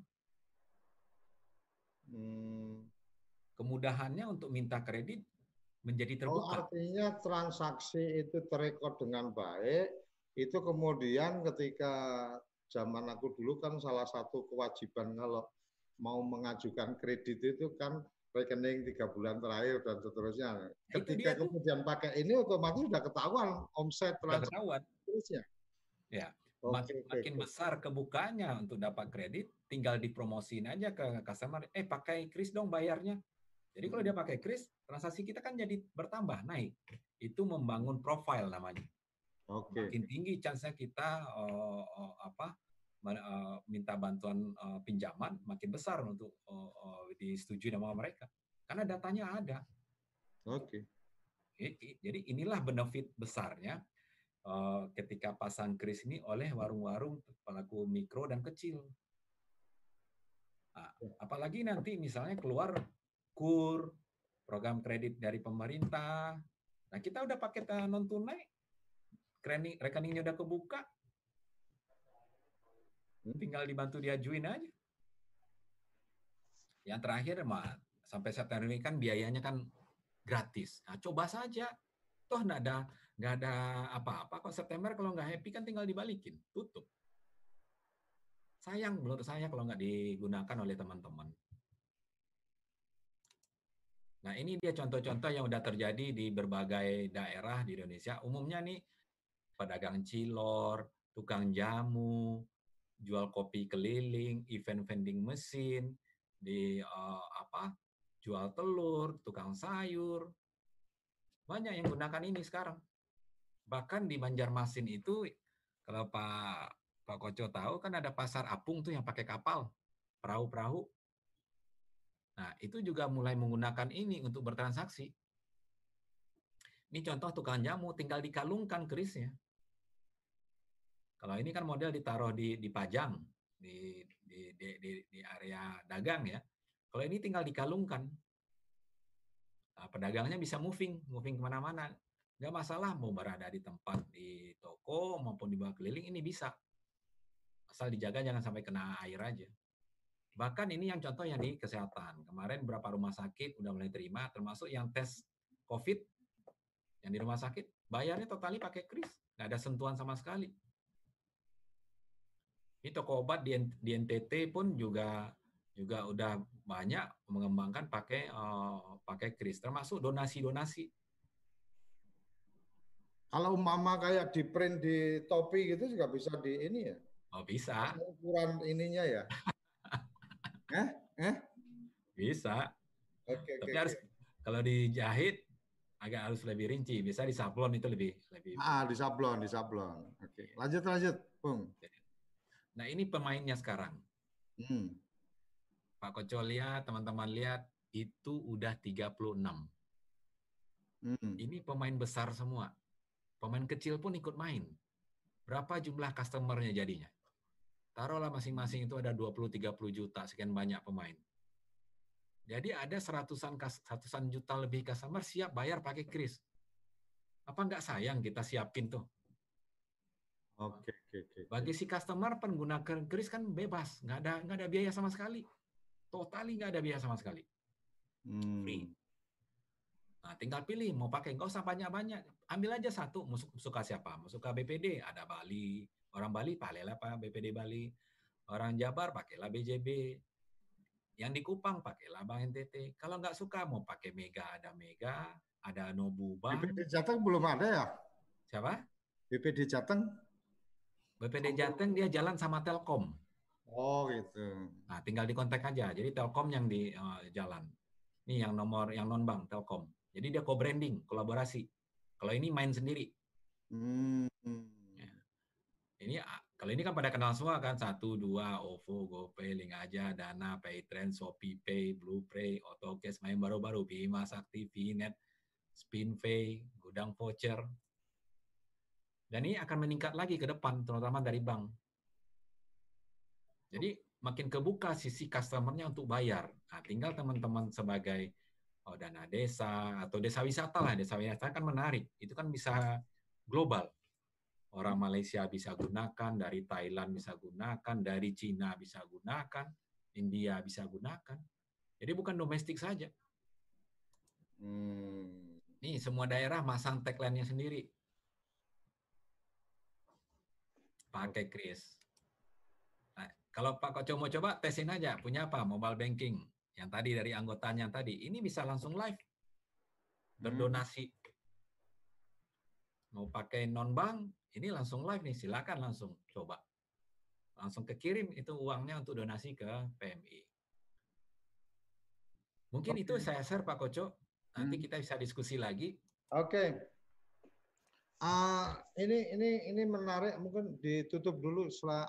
Kemudahannya untuk minta kredit menjadi terbuka. Artinya transaksi itu terekod dengan baik, itu kemudian ketika zaman aku dulu kan salah satu kewajiban kalau mau mengajukan kredit itu kan rekening 3 bulan terakhir dan seterusnya. Ketika kemudian pakai ini otomatis sudah ketahuan omset transaksi terusnya. Ya, makin besar kebukanya untuk dapat kredit, tinggal dipromosin aja ke customer, pakai kris dong bayarnya. Jadi kalau dia pakai kris, transaksi kita kan jadi bertambah, naik. Itu membangun profile namanya. Makin tinggi chance-nya kita minta bantuan pinjaman, makin besar untuk disetujui sama mereka. Karena datanya ada. Jadi inilah benefit besarnya ketika pasang kris ini oleh warung-warung pelaku mikro dan kecil. Nah, apalagi nanti misalnya keluar KUR, program kredit dari pemerintah. Nah, kita udah pakai non tunai, rekeningnya udah kebuka, tinggal dibantu diajuin aja. Yang terakhir, sampai September ini kan biayanya kan gratis. Nah, coba saja. Toh nggak ada apa-apa kok. September kalau nggak happy kan tinggal dibalikin, tutup. Sayang menurut saya kalau nggak digunakan oleh teman-teman. Nah, ini dia contoh-contoh yang udah terjadi di berbagai daerah di Indonesia. Umumnya nih, pedagang cilor, tukang jamu, jual kopi keliling, event vending mesin, jual telur, tukang sayur. Banyak yang gunakan ini sekarang. Bahkan di Banjarmasin itu, kalau Pak Koco tahu, kan ada pasar apung tuh yang pakai kapal, perahu-perahu. Nah, itu juga mulai menggunakan ini untuk bertransaksi. Ini contoh tukang jamu, tinggal dikalungkan kerisnya. Kalau ini kan model ditaruh di pajang, di area dagang ya. Kalau ini tinggal dikalungkan. Nah, pedagangnya bisa moving kemana-mana. Nggak masalah mau berada di tempat di toko maupun di bawah keliling, ini bisa. Asal dijaga jangan sampai kena air aja. Bahkan ini yang contoh yang di kesehatan. Kemarin beberapa rumah sakit udah mulai terima, termasuk yang tes COVID yang di rumah sakit, bayarnya totali pakai kris, nggak ada sentuhan sama sekali. Ini toko obat di NTT pun juga udah banyak mengembangkan pakai kris, termasuk donasi-donasi. Kalau umpama kayak di print di topi gitu juga bisa di ini ya? Oh bisa. Ukuran ininya ya? Bisa. Tapi harus kalau dijahit agak harus lebih rinci. Bisa di sablon itu lebih. Di sablon. Oke. Lanjut, Bung. Nah ini pemainnya sekarang. Pak Koco lihat, teman-teman lihat, itu udah 36. Ini pemain besar semua. Pemain kecil pun ikut main. berapa jumlah customer-nya jadinya? Taruhlah masing-masing itu ada 20-30 juta, sekian banyak pemain. Jadi ada ratusan juta lebih customer siap bayar pakai kris. Apa nggak sayang kita siapin tuh? Oke. Bagi si customer pengguna kris kan bebas, nggak ada biaya sama sekali. Totally nggak ada biaya sama sekali. Free. Nah, tinggal pilih mau pakai, nggak usah banyak-banyak. Ambil aja satu, suka siapa? Mau suka BPD, ada Bali. Orang Bali, pakailah BPD Bali. Orang Jabar, pakailah BJB. Yang di Kupang, pakailah Bank NTT. Kalau nggak suka, mau pakai Mega, ada Nobu Bank. BPD Jateng belum ada ya? Siapa? BPD Jateng? BPD Jateng dia jalan sama Telkom. Oh gitu. Nah, tinggal dikontak aja. Jadi Telkom yang di jalan. Ini yang nomor yang non-bank Telkom. Jadi dia co-branding, kolaborasi. Kalau ini main sendiri. Ya. Ini kalau ini kan pada kenal semua kan, 1, 2, OVO, GoPay, Link Aja, Dana, Paytrend, Shopee Pay, BluePay, AutoCash, main baru-baru, Bima Sakti, VNet, SpinPay, Gudang Voucher. Dan ini akan meningkat lagi ke depan, terutama dari bank. Jadi makin kebuka sisi customer-nya untuk bayar. Nah, tinggal teman-teman sebagai dana desa atau desa wisata lah. Desa wisata kan menarik. Itu kan bisa global. Orang Malaysia bisa gunakan, dari Thailand bisa gunakan, dari Cina bisa gunakan, India bisa gunakan. Jadi bukan domestik saja. Nih semua daerah masang tagline-nya sendiri. Pakai kris. Nah, kalau Pak Koco mau coba, tesin aja. Punya apa? Mobile banking. Yang tadi dari anggotanya tadi. Ini bisa langsung live. Berdonasi. Mau pakai non-bank, ini langsung live nih. Silakan langsung coba. Langsung kekirim itu uangnya untuk donasi ke PMI. Mungkin itu saya share Pak Koco. Nanti kita bisa diskusi lagi. Oke. Ini menarik, mungkin ditutup dulu setelah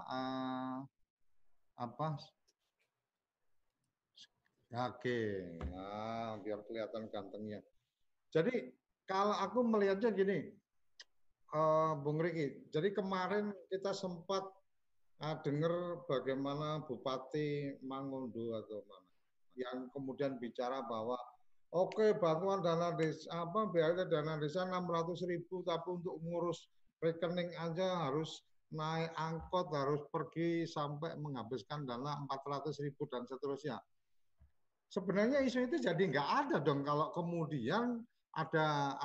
Oke. Nah, biar kelihatan gantengnya. Jadi kalau aku melihatnya gini, Bung Riki. Jadi kemarin kita sempat dengar bagaimana Bupati Mangundu atau mana yang kemudian bicara bahwa oke, bantuan dana desa biaya dana desa 600.000, tapi untuk ngurus rekening aja harus naik angkot, harus pergi sampai menghabiskan dana 400.000 dan seterusnya. Sebenarnya isu itu jadi nggak ada dong kalau kemudian ada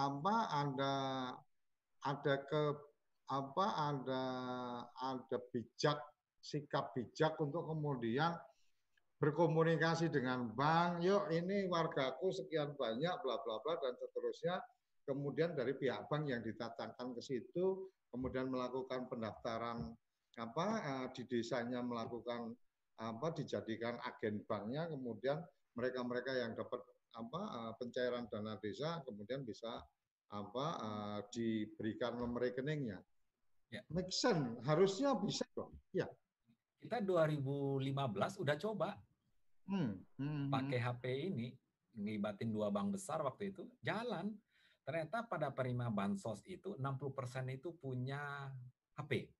sikap bijak untuk kemudian berkomunikasi dengan bank, yuk ini wargaku sekian banyak, bla bla bla dan seterusnya. Kemudian dari pihak bank yang ditatangkan ke situ, kemudian melakukan pendaftaran di desanya, melakukan dijadikan agen banknya, kemudian mereka-mereka yang dapat pencairan dana desa kemudian bisa diberikan nomor rekeningnya. Ya. Make sense, harusnya bisa dong. Ya. Kita 2015 udah coba pakai HP ini, ngelibatin 2 bank besar waktu itu, jalan. Ternyata pada penerima bansos itu 60% itu punya HP.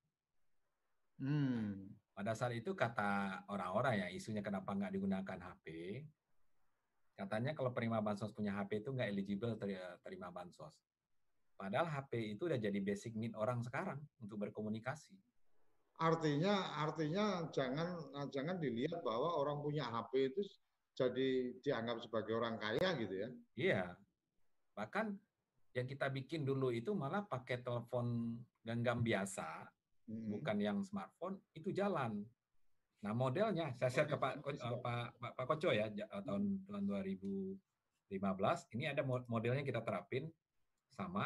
Pada saat itu kata orang-orang ya, isunya kenapa nggak digunakan HP, katanya kalau penerima bansos punya HP itu nggak eligible terima bansos. Padahal HP itu udah jadi basic need orang sekarang untuk berkomunikasi. Artinya jangan dilihat bahwa orang punya HP itu jadi dianggap sebagai orang kaya gitu ya. Iya. Bahkan yang kita bikin dulu itu malah pakai telepon genggam biasa, bukan yang smartphone, itu jalan. Nah, modelnya saya share ke Pak Koco ya, tahun 2015, ini ada modelnya kita terapin sama.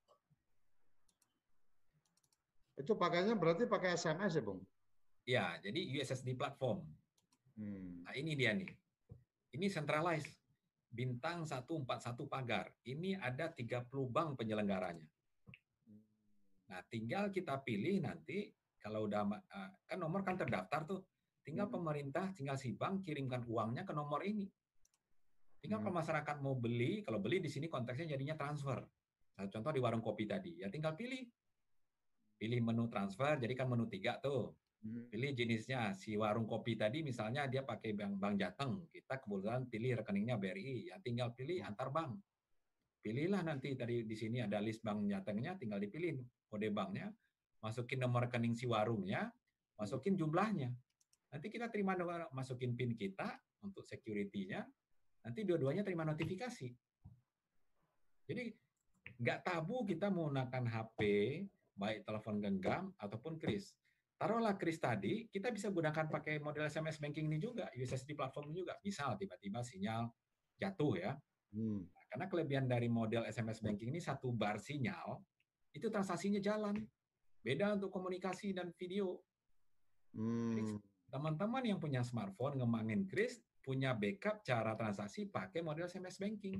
Itu pakainya berarti pakai SMS ya, Bung? Ya, jadi USSD platform. Nah, ini dia nih. Ini centralized. Bintang 141 pagar. Ini ada 30 bank penyelenggaranya. Nah, tinggal kita pilih nanti, kalau udah, kan nomor kan terdaftar tuh. Tinggal pemerintah, tinggal si bank kirimkan uangnya ke nomor ini. Tinggal kalau masyarakat mau beli, kalau beli di sini konteksnya jadinya transfer. Nah, contoh di warung kopi tadi, ya tinggal pilih pilih menu transfer, jadi kan menu 3 tuh. Pilih jenisnya, si warung kopi tadi misalnya dia pakai Bank Jateng, kita kebetulan pilih rekeningnya BRI, ya tinggal pilih antar bank. Pilihlah nanti tadi di sini ada list Bank Jatengnya, tinggal dipilih kode banknya, masukin nomor rekening si warungnya, masukin jumlahnya. Nanti kita terima masukin PIN kita untuk security-nya, nanti dua-duanya terima notifikasi. Jadi nggak tabu kita menggunakan HP, baik telepon genggam ataupun kris. Taruhlah kris tadi, kita bisa gunakan pakai model SMS banking ini juga, USSD platform juga. Misal tiba-tiba sinyal jatuh ya. Nah, karena kelebihan dari model SMS banking ini 1 bar sinyal, itu transaksinya jalan. Beda untuk komunikasi dan video. Jadi teman-teman yang punya smartphone, ngembangin kris, punya backup cara transaksi pakai model SMS banking.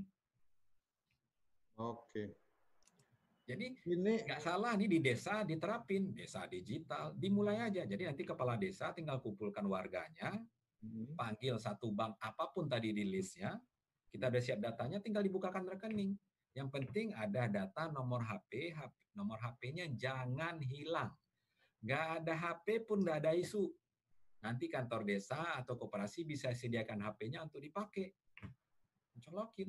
Oke. Jadi nggak salah nih di desa diterapin, desa digital, dimulai aja. Jadi nanti kepala desa tinggal kumpulkan warganya, panggil satu bank apapun tadi di listnya, kita udah siap datanya, tinggal dibukakan rekening. Yang penting ada data nomor HP, nomor HP-nya jangan hilang. Nggak ada HP pun nggak ada isu. Nanti kantor desa atau koperasi bisa sediakan HP-nya untuk dipakai. Colokin.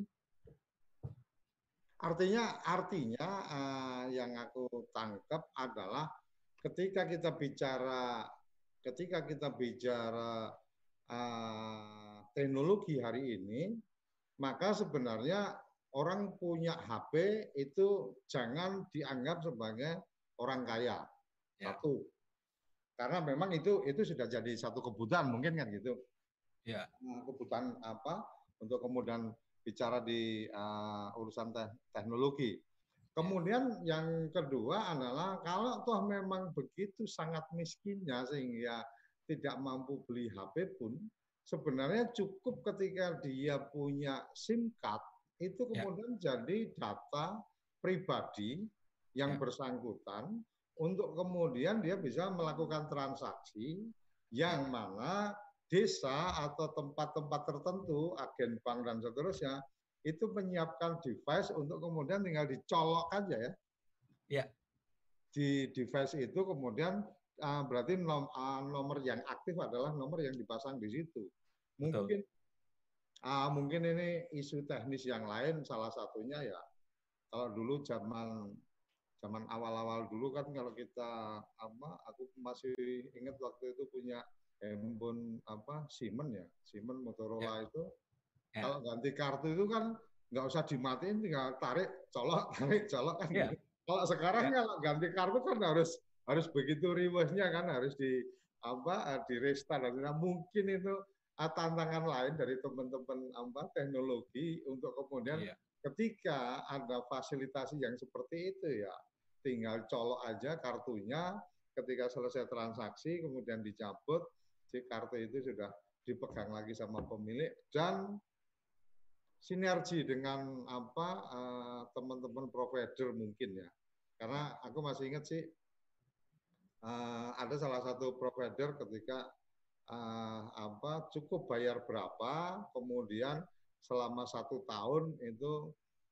Artinya yang aku tangkap adalah ketika kita bicara teknologi hari ini, maka sebenarnya orang punya HP itu jangan dianggap sebagai orang kaya. Satu. Karena memang itu sudah jadi satu kebutuhan mungkin kan gitu. Ya. Kebutuhan apa untuk kemudian bicara di urusan teknologi. Kemudian yang kedua adalah kalau toh memang begitu sangat miskinnya sehingga tidak mampu beli HP pun, sebenarnya cukup ketika dia punya SIM card itu kemudian jadi data pribadi yang bersangkutan untuk kemudian dia bisa melakukan transaksi yang mana desa atau tempat-tempat tertentu, agen bank dan seterusnya, itu menyiapkan device untuk kemudian tinggal dicolok aja ya. Iya. Di device itu kemudian berarti nomor yang aktif adalah nomor yang dipasang di situ. Mungkin ini isu teknis yang lain, salah satunya ya kalau dulu zaman awal-awal dulu kan kalau kita aku masih ingat waktu itu punya handphone Siemens Motorola itu kalau ganti kartu itu kan nggak usah dimatiin, tinggal tarik colok kan. Kalau sekarang kalau ganti kartu kan harus begitu riwehnya kan, harus di restart. Nah, mungkin itu tantangan lain dari teman-teman teknologi untuk kemudian ketika ada fasilitasi yang seperti itu ya tinggal colok aja kartunya, ketika selesai transaksi kemudian dicabut, si kartu itu sudah dipegang lagi sama pemilik dan sinergi dengan teman-teman provider mungkin ya. Karena aku masih ingat sih ada salah satu provider ketika cukup bayar berapa, kemudian selama 1 tahun itu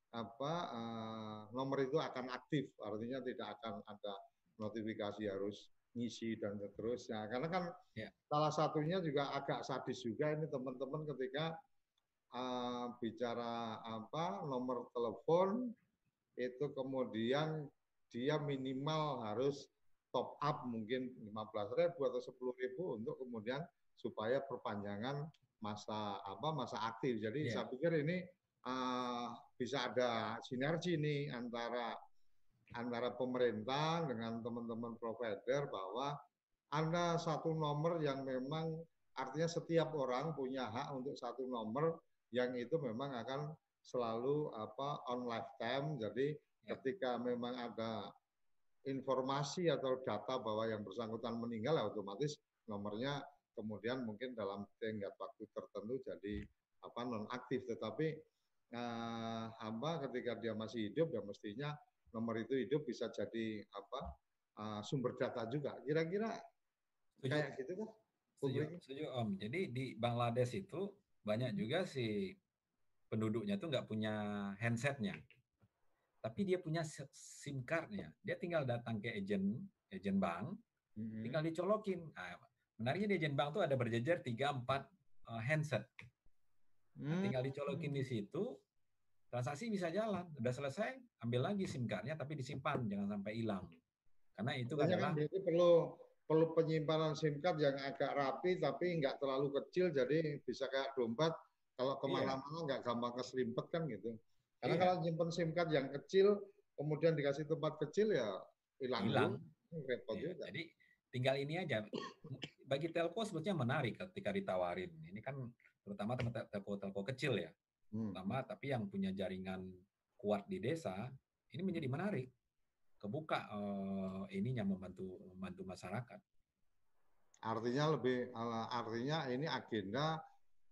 nomor itu akan aktif, artinya tidak akan ada notifikasi harus ngisi dan seterusnya. Karena kan salah satunya juga agak sadis juga ini teman-teman ketika bicara nomor telepon itu kemudian dia minimal harus top up mungkin 15.000 atau 10.000 untuk kemudian supaya perpanjangan masa aktif. Jadi saya pikir ini bisa ada sinergi nih antara pemerintah dengan teman-teman provider bahwa ada satu nomor yang memang artinya setiap orang punya hak untuk satu nomor yang itu memang akan selalu on lifetime. Jadi ketika memang ada informasi atau data bahwa yang bersangkutan meninggal, otomatis nomornya kemudian mungkin dalam tenggat waktu tertentu jadi non aktif. Tetapi ketika dia masih hidup ya mestinya nomor itu hidup bisa jadi sumber data juga. Kira-kira kayak gitu kan? Setuju Om. Jadi di Bangladesh itu banyak juga si penduduknya tuh nggak punya handsetnya. tapi dia punya SIM card-nya. Dia tinggal datang ke agen bank, tinggal dicolokin. Nah, menariknya di agen bank tuh ada berjejer 3-4 handset. Nah, tinggal dicolokin di situ, transaksi bisa jalan. Udah selesai, ambil lagi SIM card-nya, tapi disimpan, jangan sampai hilang. Karena itu adalah berarti perlu penyimpanan SIM card yang agak rapi, tapi nggak terlalu kecil, jadi bisa kayak dompet. Kalau kemana-mana nggak gampang keselimpet kan gitu. Karena kalau nyimpen SIM card yang kecil, kemudian dikasih tempat kecil ya hilang. Repot juga. Jadi tinggal ini aja. Bagi telco sebetulnya menarik ketika ditawarin. Ini kan terutama telco kecil ya. Terutama tapi yang punya jaringan kuat di desa, ini menjadi menarik. Kebuka ininya membantu masyarakat. Artinya ini agenda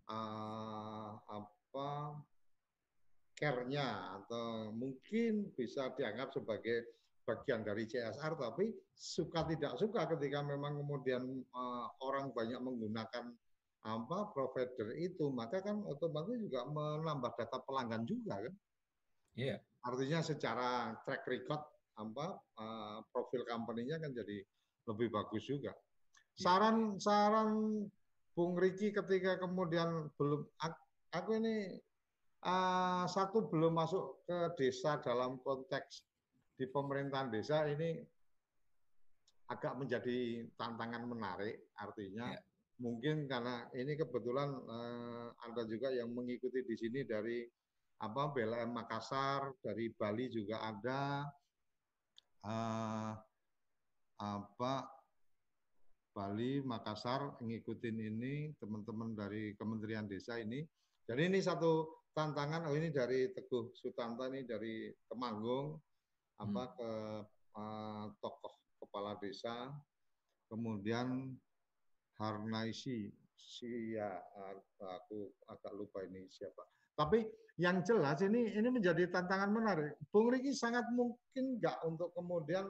care-nya atau mungkin bisa dianggap sebagai bagian dari CSR, tapi suka tidak suka ketika memang kemudian orang banyak menggunakan provider itu, maka kan otomatis juga menambah data pelanggan juga kan. Iya. Artinya secara track record profil company-nya kan jadi lebih bagus juga. Saran Bung Riki ketika kemudian aku ini satu belum masuk ke desa dalam konteks di pemerintahan desa, ini agak menjadi tantangan menarik. Artinya mungkin karena ini kebetulan Anda juga yang mengikuti di sini dari BLM Makassar, dari Bali juga ada Bali, Makassar ngikutin ini, teman-teman dari Kementerian Desa ini. Jadi ini satu tantangan. Ini dari Teguh Sutanto, ini dari Temanggung, ke tokoh kepala desa, kemudian Harnaisi, aku agak lupa ini siapa. Tapi yang jelas ini menjadi tantangan menarik. Bung Riki sangat mungkin nggak untuk kemudian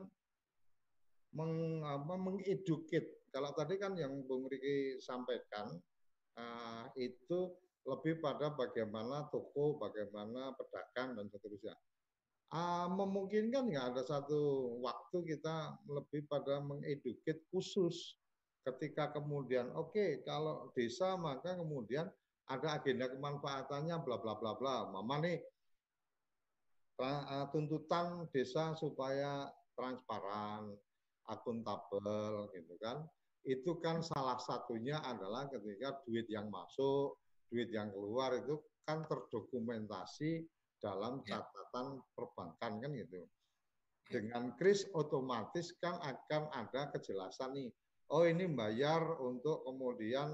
mengeduket. Kalau tadi kan yang Bung Riki sampaikan itu lebih pada bagaimana toko, bagaimana pedagang dan seterusnya. Memungkinkan nggak ada satu waktu kita lebih pada mengeduket khusus ketika kemudian kalau desa maka kemudian ada agenda kemanfaatannya bla bla bla bla. Mama nih tuntutan desa supaya transparan, akuntabel gitu kan. Itu kan salah satunya adalah ketika duit yang masuk, duit yang keluar itu kan terdokumentasi dalam catatan perbankan kan gitu. Dengan kris otomatis kan akan ada kejelasan nih. Oh ini bayar untuk kemudian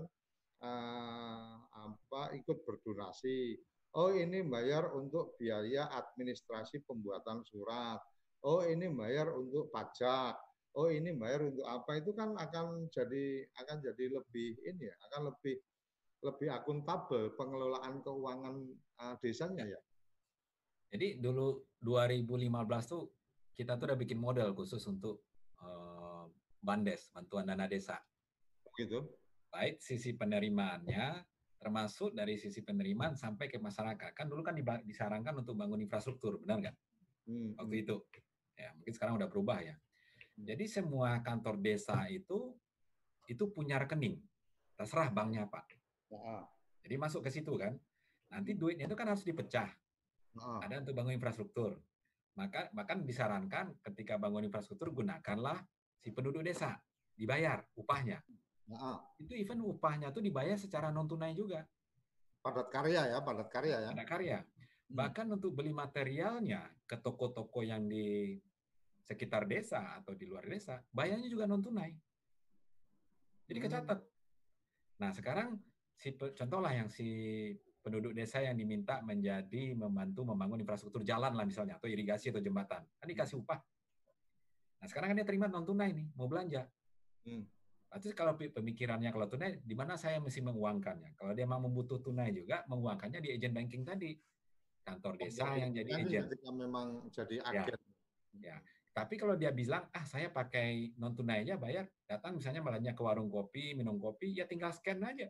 ikut berdonasi. Oh ini bayar untuk biaya administrasi pembuatan surat. Oh ini bayar untuk pajak. Oh ini bayar untuk apa, itu kan akan jadi lebih ini ya, akan lebih akuntabel pengelolaan keuangan desanya ya. Jadi dulu 2015 tuh kita tuh udah bikin model khusus untuk BANDES, bantuan dana desa. Gitu. Baik sisi penerimaannya, termasuk dari sisi penerimaan sampai ke masyarakat. Kan dulu kan disarankan untuk bangun infrastruktur, benar nggak? Waktu itu. Ya, mungkin sekarang udah berubah ya. Jadi semua kantor desa itu punya rekening. Terserah banknya, Pak. Jadi masuk ke situ kan. Nanti duitnya itu kan harus dipecah. Ada untuk bangun infrastruktur. Maka bahkan disarankan ketika bangun infrastruktur gunakanlah si penduduk desa, dibayar upahnya. Itu even upahnya tuh dibayar secara non tunai juga. Padat karya ya. Padat karya. Bahkan untuk beli materialnya ke toko-toko yang di sekitar desa atau di luar desa, bayarnya juga non tunai. Jadi kecatat. Nah sekarang contohlah yang si penduduk desa yang diminta membantu membangun infrastruktur jalan lah misalnya, atau irigasi atau jembatan, kan dikasih upah. Nah sekarang kan dia terima non tunai nih, mau belanja. Berarti kalau pemikirannya kalau tunai, di mana saya mesti menguangkannya? Kalau dia memang membutuh tunai juga, menguangkannya di agent banking tadi, kantor desa yang jadi agent. Ketika memang jadi agen. Ya. Tapi kalau dia bilang, saya pakai non tunai aja bayar, datang misalnya malahnya ke warung kopi, minum kopi, ya tinggal scan aja.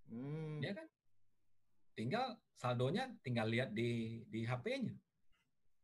Ya kan? Tinggal saldonya tinggal lihat di HP-nya.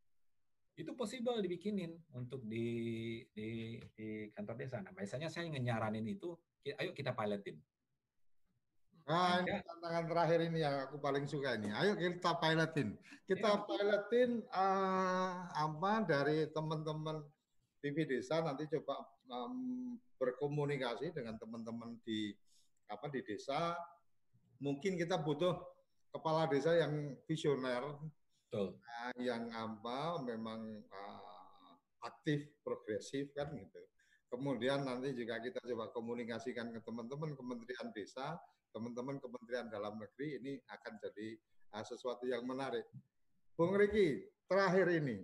Itu possible dibikinin untuk di kantor desa. Nah, biasanya saya nyaranin itu, ayo kita pilotin. Nah, ini Ada, tantangan terakhir ini yang aku paling suka ini. Ayo kita pilotin. Kita ya, pilotin apa dari teman-teman TV desa, nanti coba berkomunikasi dengan teman-teman di desa. Mungkin kita butuh kepala desa yang visioner, betul. yang memang aktif, progresif kan gitu. Kemudian nanti juga kita coba komunikasikan ke teman-teman Kementerian Desa, teman-teman Kementerian Dalam Negeri, ini akan jadi sesuatu yang menarik. Bung Riki, terakhir ini,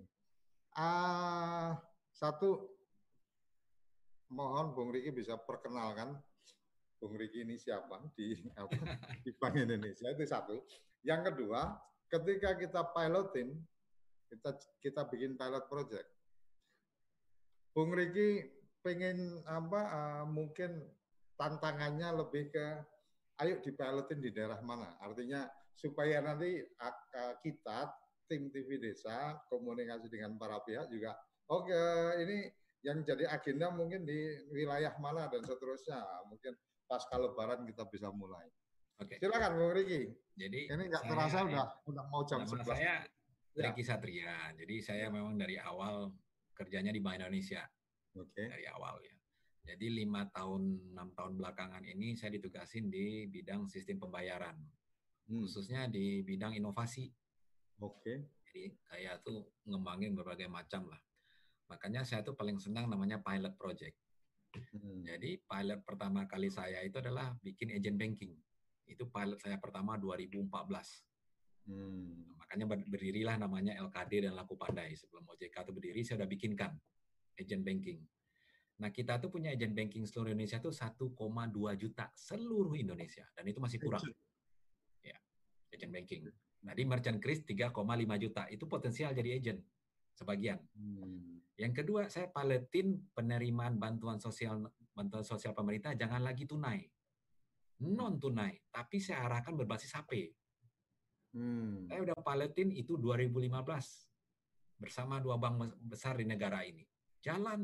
satu, mohon Bung Riki bisa perkenalkan Bung Riki ini siapa di Bank Indonesia, itu satu. Yang kedua, ketika kita pilotin, kita bikin pilot project, Bung Riki pengen mungkin tantangannya lebih ke ayo dipilotin di daerah mana. Artinya supaya nanti kita tim TV desa komunikasi dengan para pihak juga oke, ini yang jadi agenda mungkin di wilayah mana dan seterusnya. Mungkin pasca Lebaran kita bisa mulai. Oke. Silakan Bung Riki. Jadi ini nggak terasa udah mau jam 11. Saya Riki Satria. Jadi saya memang dari awal kerjanya di Bank Indonesia. Dari awal ya. Jadi 6 tahun belakangan ini saya ditugasin di bidang sistem pembayaran, khususnya di bidang inovasi. Jadi kayak tuh ngembangin berbagai macam lah. Makanya saya tuh paling senang namanya pilot project. Jadi pilot pertama kali saya itu adalah bikin agent banking. Itu pilot saya pertama 2014. Makanya berdirilah namanya LKD dan Laku Pandai. Sebelum OJK itu berdiri, saya udah bikinkan agent banking. Nah, kita tuh punya agent banking seluruh Indonesia tuh 1,2 juta seluruh Indonesia, dan itu masih kurang. Ya, agent banking. Nah, di merchant kris 3,5 juta, itu potensial jadi agent sebagian. Yang kedua, saya pilotin penerimaan bantuan sosial pemerintah jangan lagi tunai, non tunai, tapi saya arahkan berbasis HP. Saya udah pilotin itu 2015 bersama 2 bank besar di negara ini. Jalan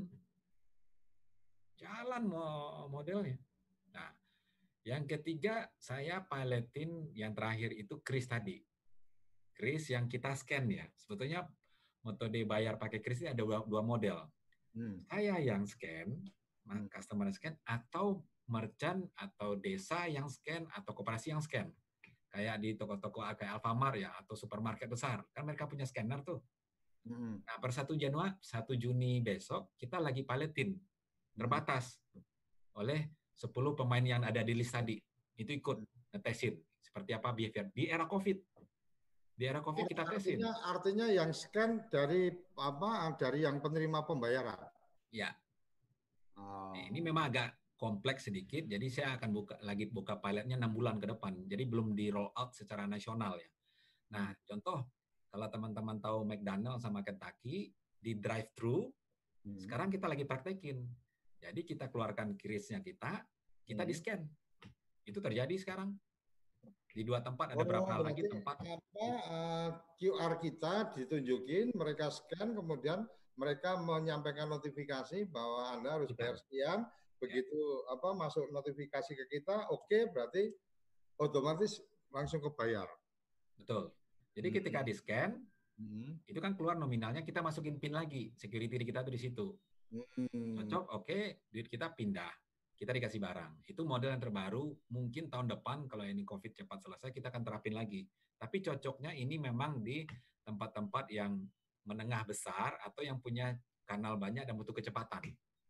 modelnya. Nah, yang ketiga saya pilotin yang terakhir itu kris tadi. Kris yang kita scan ya. Sebetulnya metode bayar pakai kris ini ada 2 model. Saya yang scan, customer scan, atau merchant atau desa yang scan atau koperasi yang scan. Kayak di toko-toko kayak Alfamart ya atau supermarket besar. Kan mereka punya scanner tuh. Nah, per 1 Juni besok kita lagi pilotin terbatas oleh 10 pemain yang ada di list tadi. Itu ikut ngetesin seperti apa behavior di era COVID. Di era COVID kita tesin. Artinya yang scan dari yang penerima pembayaran. Ya. Ini memang agak kompleks sedikit, jadi saya akan buka pilotnya 6 bulan ke depan. Jadi belum di roll out secara nasional ya. Nah, contoh kalau teman-teman tahu McDonald sama Kentucky di drive-thru, sekarang kita lagi praktekin. Jadi kita keluarkan krisnya kita di-scan. Itu terjadi sekarang. Di 2 tempat, ada berapa lagi tempat. QR kita ditunjukin, mereka scan, kemudian mereka menyampaikan notifikasi bahwa Anda harus bayar sekian. Begitu masuk notifikasi ke kita, oke, berarti otomatis langsung kebayar. Betul. Jadi ketika di-scan, itu kan keluar nominalnya, kita masukin PIN lagi. Security kita tuh di situ. Cocok, oke, duit kita pindah, kita dikasih barang. Itu model yang terbaru, mungkin tahun depan kalau ini COVID cepat selesai, kita akan terapin lagi. Tapi cocoknya ini memang di tempat-tempat yang menengah besar atau yang punya kanal banyak dan butuh kecepatan.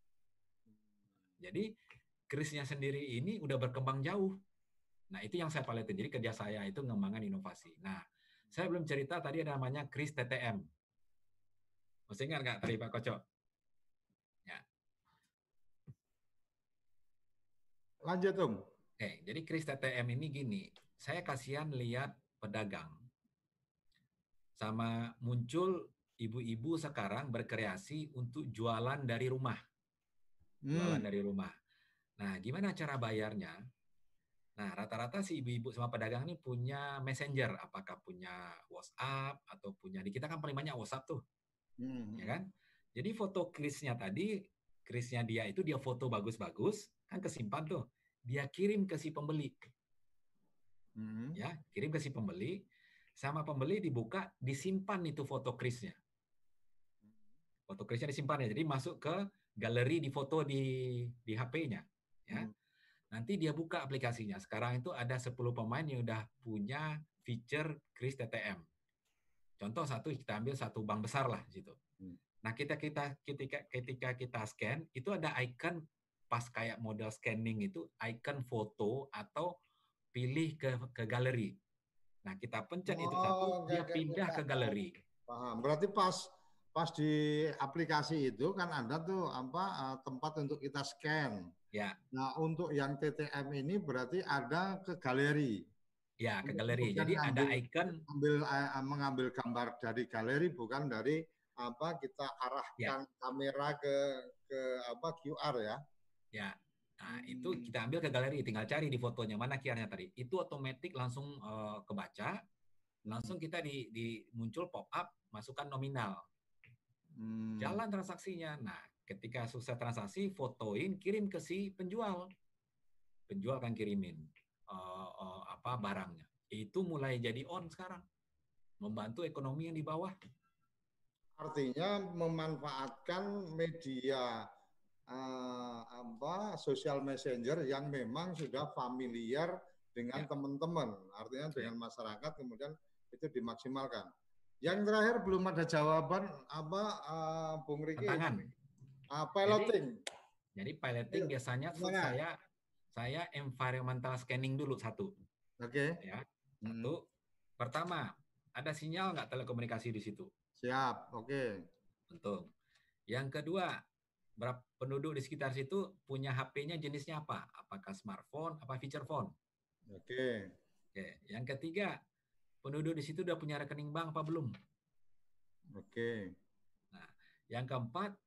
Jadi krisnya sendiri ini udah berkembang jauh. Nah, itu yang saya pilotin. Jadi kerja saya itu ngembangkan inovasi. Nah, saya belum cerita tadi ada namanya kris TTM. Masih ingat nggak tadi Pak Koco? Ya. Lanjut, Om. Oke, jadi kris TTM ini gini, saya kasihan lihat pedagang sama muncul ibu-ibu sekarang berkreasi untuk jualan dari rumah. Jualan dari rumah. Nah, gimana cara bayarnya? Nah, rata-rata si ibu-ibu sama pedagang ini punya messenger, apakah punya WhatsApp atau punya, di kita kan paling banyak WhatsApp tuh. ya kan? Jadi foto krisnya tadi, krisnya dia itu dia foto bagus-bagus, kan kesimpan tuh, dia kirim ke si pembeli, ya kirim ke si pembeli, sama pembeli dibuka, disimpan itu foto krisnya. Foto krisnya disimpan ya, jadi masuk ke galeri di foto di HP-nya, ya. Nanti dia buka aplikasinya. Sekarang itu ada 10 pemain yang udah punya feature kris TTM. Contoh satu, kita ambil satu bank besar lah gitu. Nah, ketika kita scan, itu ada icon pas kayak model scanning itu, icon foto atau pilih ke galeri. Nah, kita pencet itu satu, dia pindah ke galeri. Paham. Berarti pas di aplikasi itu kan ada tuh tempat untuk kita scan. Ya. Nah, untuk yang TTM ini berarti ada ke galeri. Ya, ke galeri. Jadi ada icon mengambil gambar dari galeri, bukan dari kita arahkan kamera ke QR ya. Ya. Nah, itu kita ambil ke galeri, tinggal cari di fotonya mana QR-nya tadi. Itu otomatis langsung kebaca, langsung kita di muncul pop up, masukkan nominal. Jalan transaksinya. Nah, ketika selesai transaksi, fotoin, kirim ke si penjual. Penjual akan kirimin barangnya. Itu mulai jadi on sekarang. Membantu ekonomi yang di bawah. Artinya memanfaatkan media social messenger yang memang sudah familiar dengan teman-teman. Artinya dengan masyarakat kemudian itu dimaksimalkan. Yang terakhir belum ada jawaban Bung Riki. Piloting. Jadi piloting biasanya saya environmental scanning dulu satu. Oke. Ya. Satu. Pertama, ada sinyal nggak telekomunikasi di situ? Siap. Oke. Betul. Yang kedua, berapa penduduk di sekitar situ punya HP-nya jenisnya apa? Apakah smartphone, apa feature phone? Oke. Oke. Yang ketiga, penduduk di situ udah punya rekening bank apa belum? Oke. Nah, yang keempat,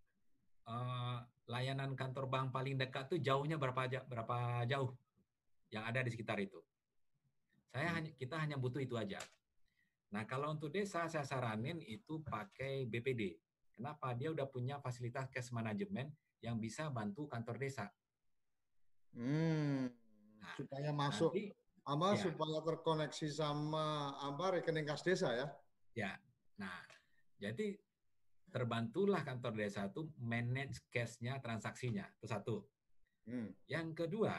layanan kantor bank paling dekat tuh jauhnya berapa jauh yang ada di sekitar itu. Kita hanya butuh itu aja. Nah, kalau untuk desa saya saranin itu pakai BPD. Kenapa? Dia udah punya fasilitas cash management yang bisa bantu kantor desa. Nah, supaya masuk supaya terkoneksi sama rekening kas desa ya. Ya. Nah, jadi terbantulah kantor desa itu manage cash-nya, transaksinya. Itu satu. Yang kedua,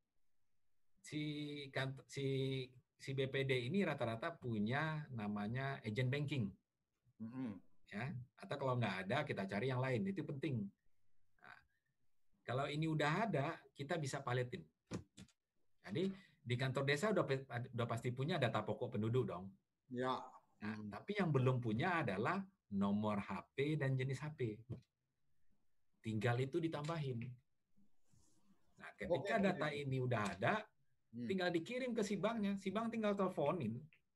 si BPD ini rata-rata punya namanya agent banking. Ya, atau kalau nggak ada, kita cari yang lain. Itu penting. Nah, kalau ini udah ada, kita bisa paletin. Jadi di kantor desa udah pasti punya data pokok penduduk dong. Ya. Nah, tapi yang belum punya adalah nomor HP dan jenis HP. Tinggal itu ditambahin. Nah, ketika data ini udah ada, tinggal dikirim ke si banknya. Si bank tinggal teleponin.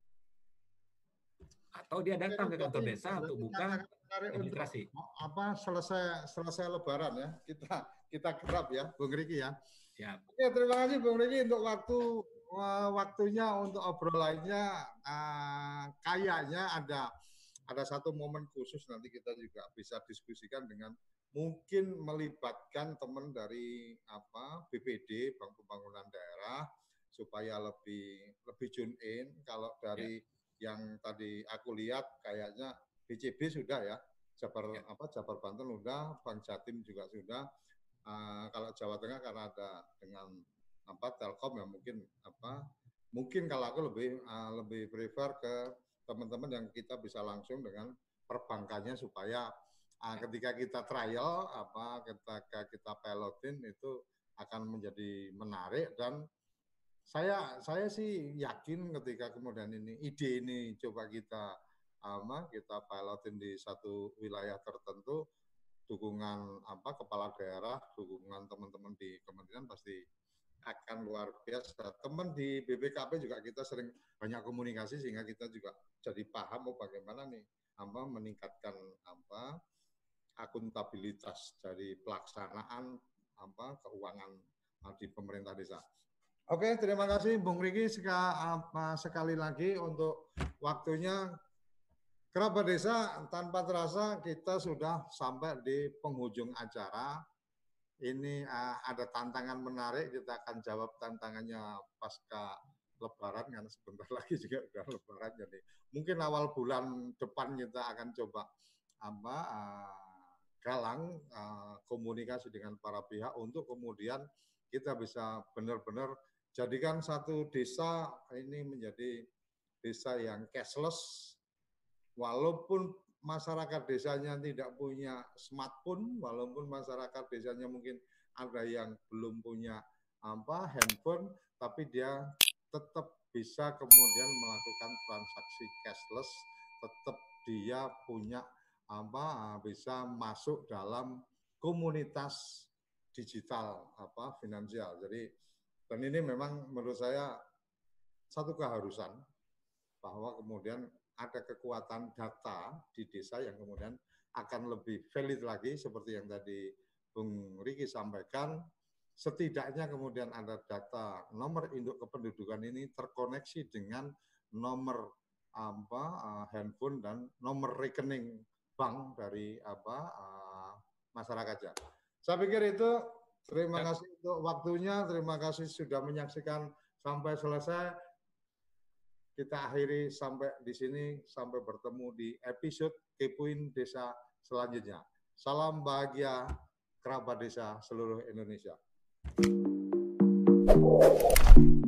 Atau dia datang ke kantor desa untuk buka registrasi. Selesai Lebaran ya, kita kerap ya, Bung Riki ya. Siap. Oke, terima kasih Bung Riki untuk waktunya untuk obrolannya. Kayaknya ada satu momen khusus nanti kita juga bisa diskusikan dengan mungkin melibatkan teman dari BPD, Bank Pembangunan Daerah, supaya lebih tune in. Kalau dari yang tadi aku lihat kayaknya BCB sudah ya, Jabar Banten sudah, Bank Jatim juga sudah. Kalau Jawa Tengah karena ada dengan Telkom ya mungkin kalau aku lebih prefer ke teman-teman yang kita bisa langsung dengan perbankannya supaya ketika kita trial ketika kita pilotin itu akan menjadi menarik. Dan saya sih yakin ketika kemudian ide ini coba kita pilotin di satu wilayah tertentu, dukungan kepala daerah, dukungan teman-teman di kementerian pasti akan luar biasa. Teman di BPKP juga kita sering banyak komunikasi sehingga kita juga jadi paham bagaimana nih meningkatkan akuntabilitas dari pelaksanaan keuangan di pemerintah desa. Oke, terima kasih Bung Riki sekali lagi untuk waktunya. Kerabat desa, tanpa terasa kita sudah sampai di penghujung acara. Ini ada tantangan menarik, kita akan jawab tantangannya pasca Lebaran, karena sebentar lagi juga udah Lebaran. Jadi mungkin awal bulan depan kita akan coba galang komunikasi dengan para pihak untuk kemudian kita bisa benar-benar jadikan satu desa ini menjadi desa yang cashless. Walaupun masyarakat desanya tidak punya smartphone, walaupun masyarakat desanya mungkin ada yang belum punya handphone, tapi dia tetap bisa kemudian melakukan transaksi cashless, tetap dia punya bisa masuk dalam komunitas digital finansial. Jadi dan ini memang menurut saya satu keharusan bahwa kemudian ada kekuatan data di desa yang kemudian akan lebih valid lagi seperti yang tadi Bung Riki sampaikan. Setidaknya kemudian ada data nomor induk kependudukan ini terkoneksi dengan nomor handphone dan nomor rekening bank dari masyarakatnya. Saya pikir itu. Terima kasih untuk waktunya, terima kasih sudah menyaksikan sampai selesai. Kita akhiri sampai di sini, sampai bertemu di episode Kepoin Desa selanjutnya. Salam bahagia kerabat desa seluruh Indonesia.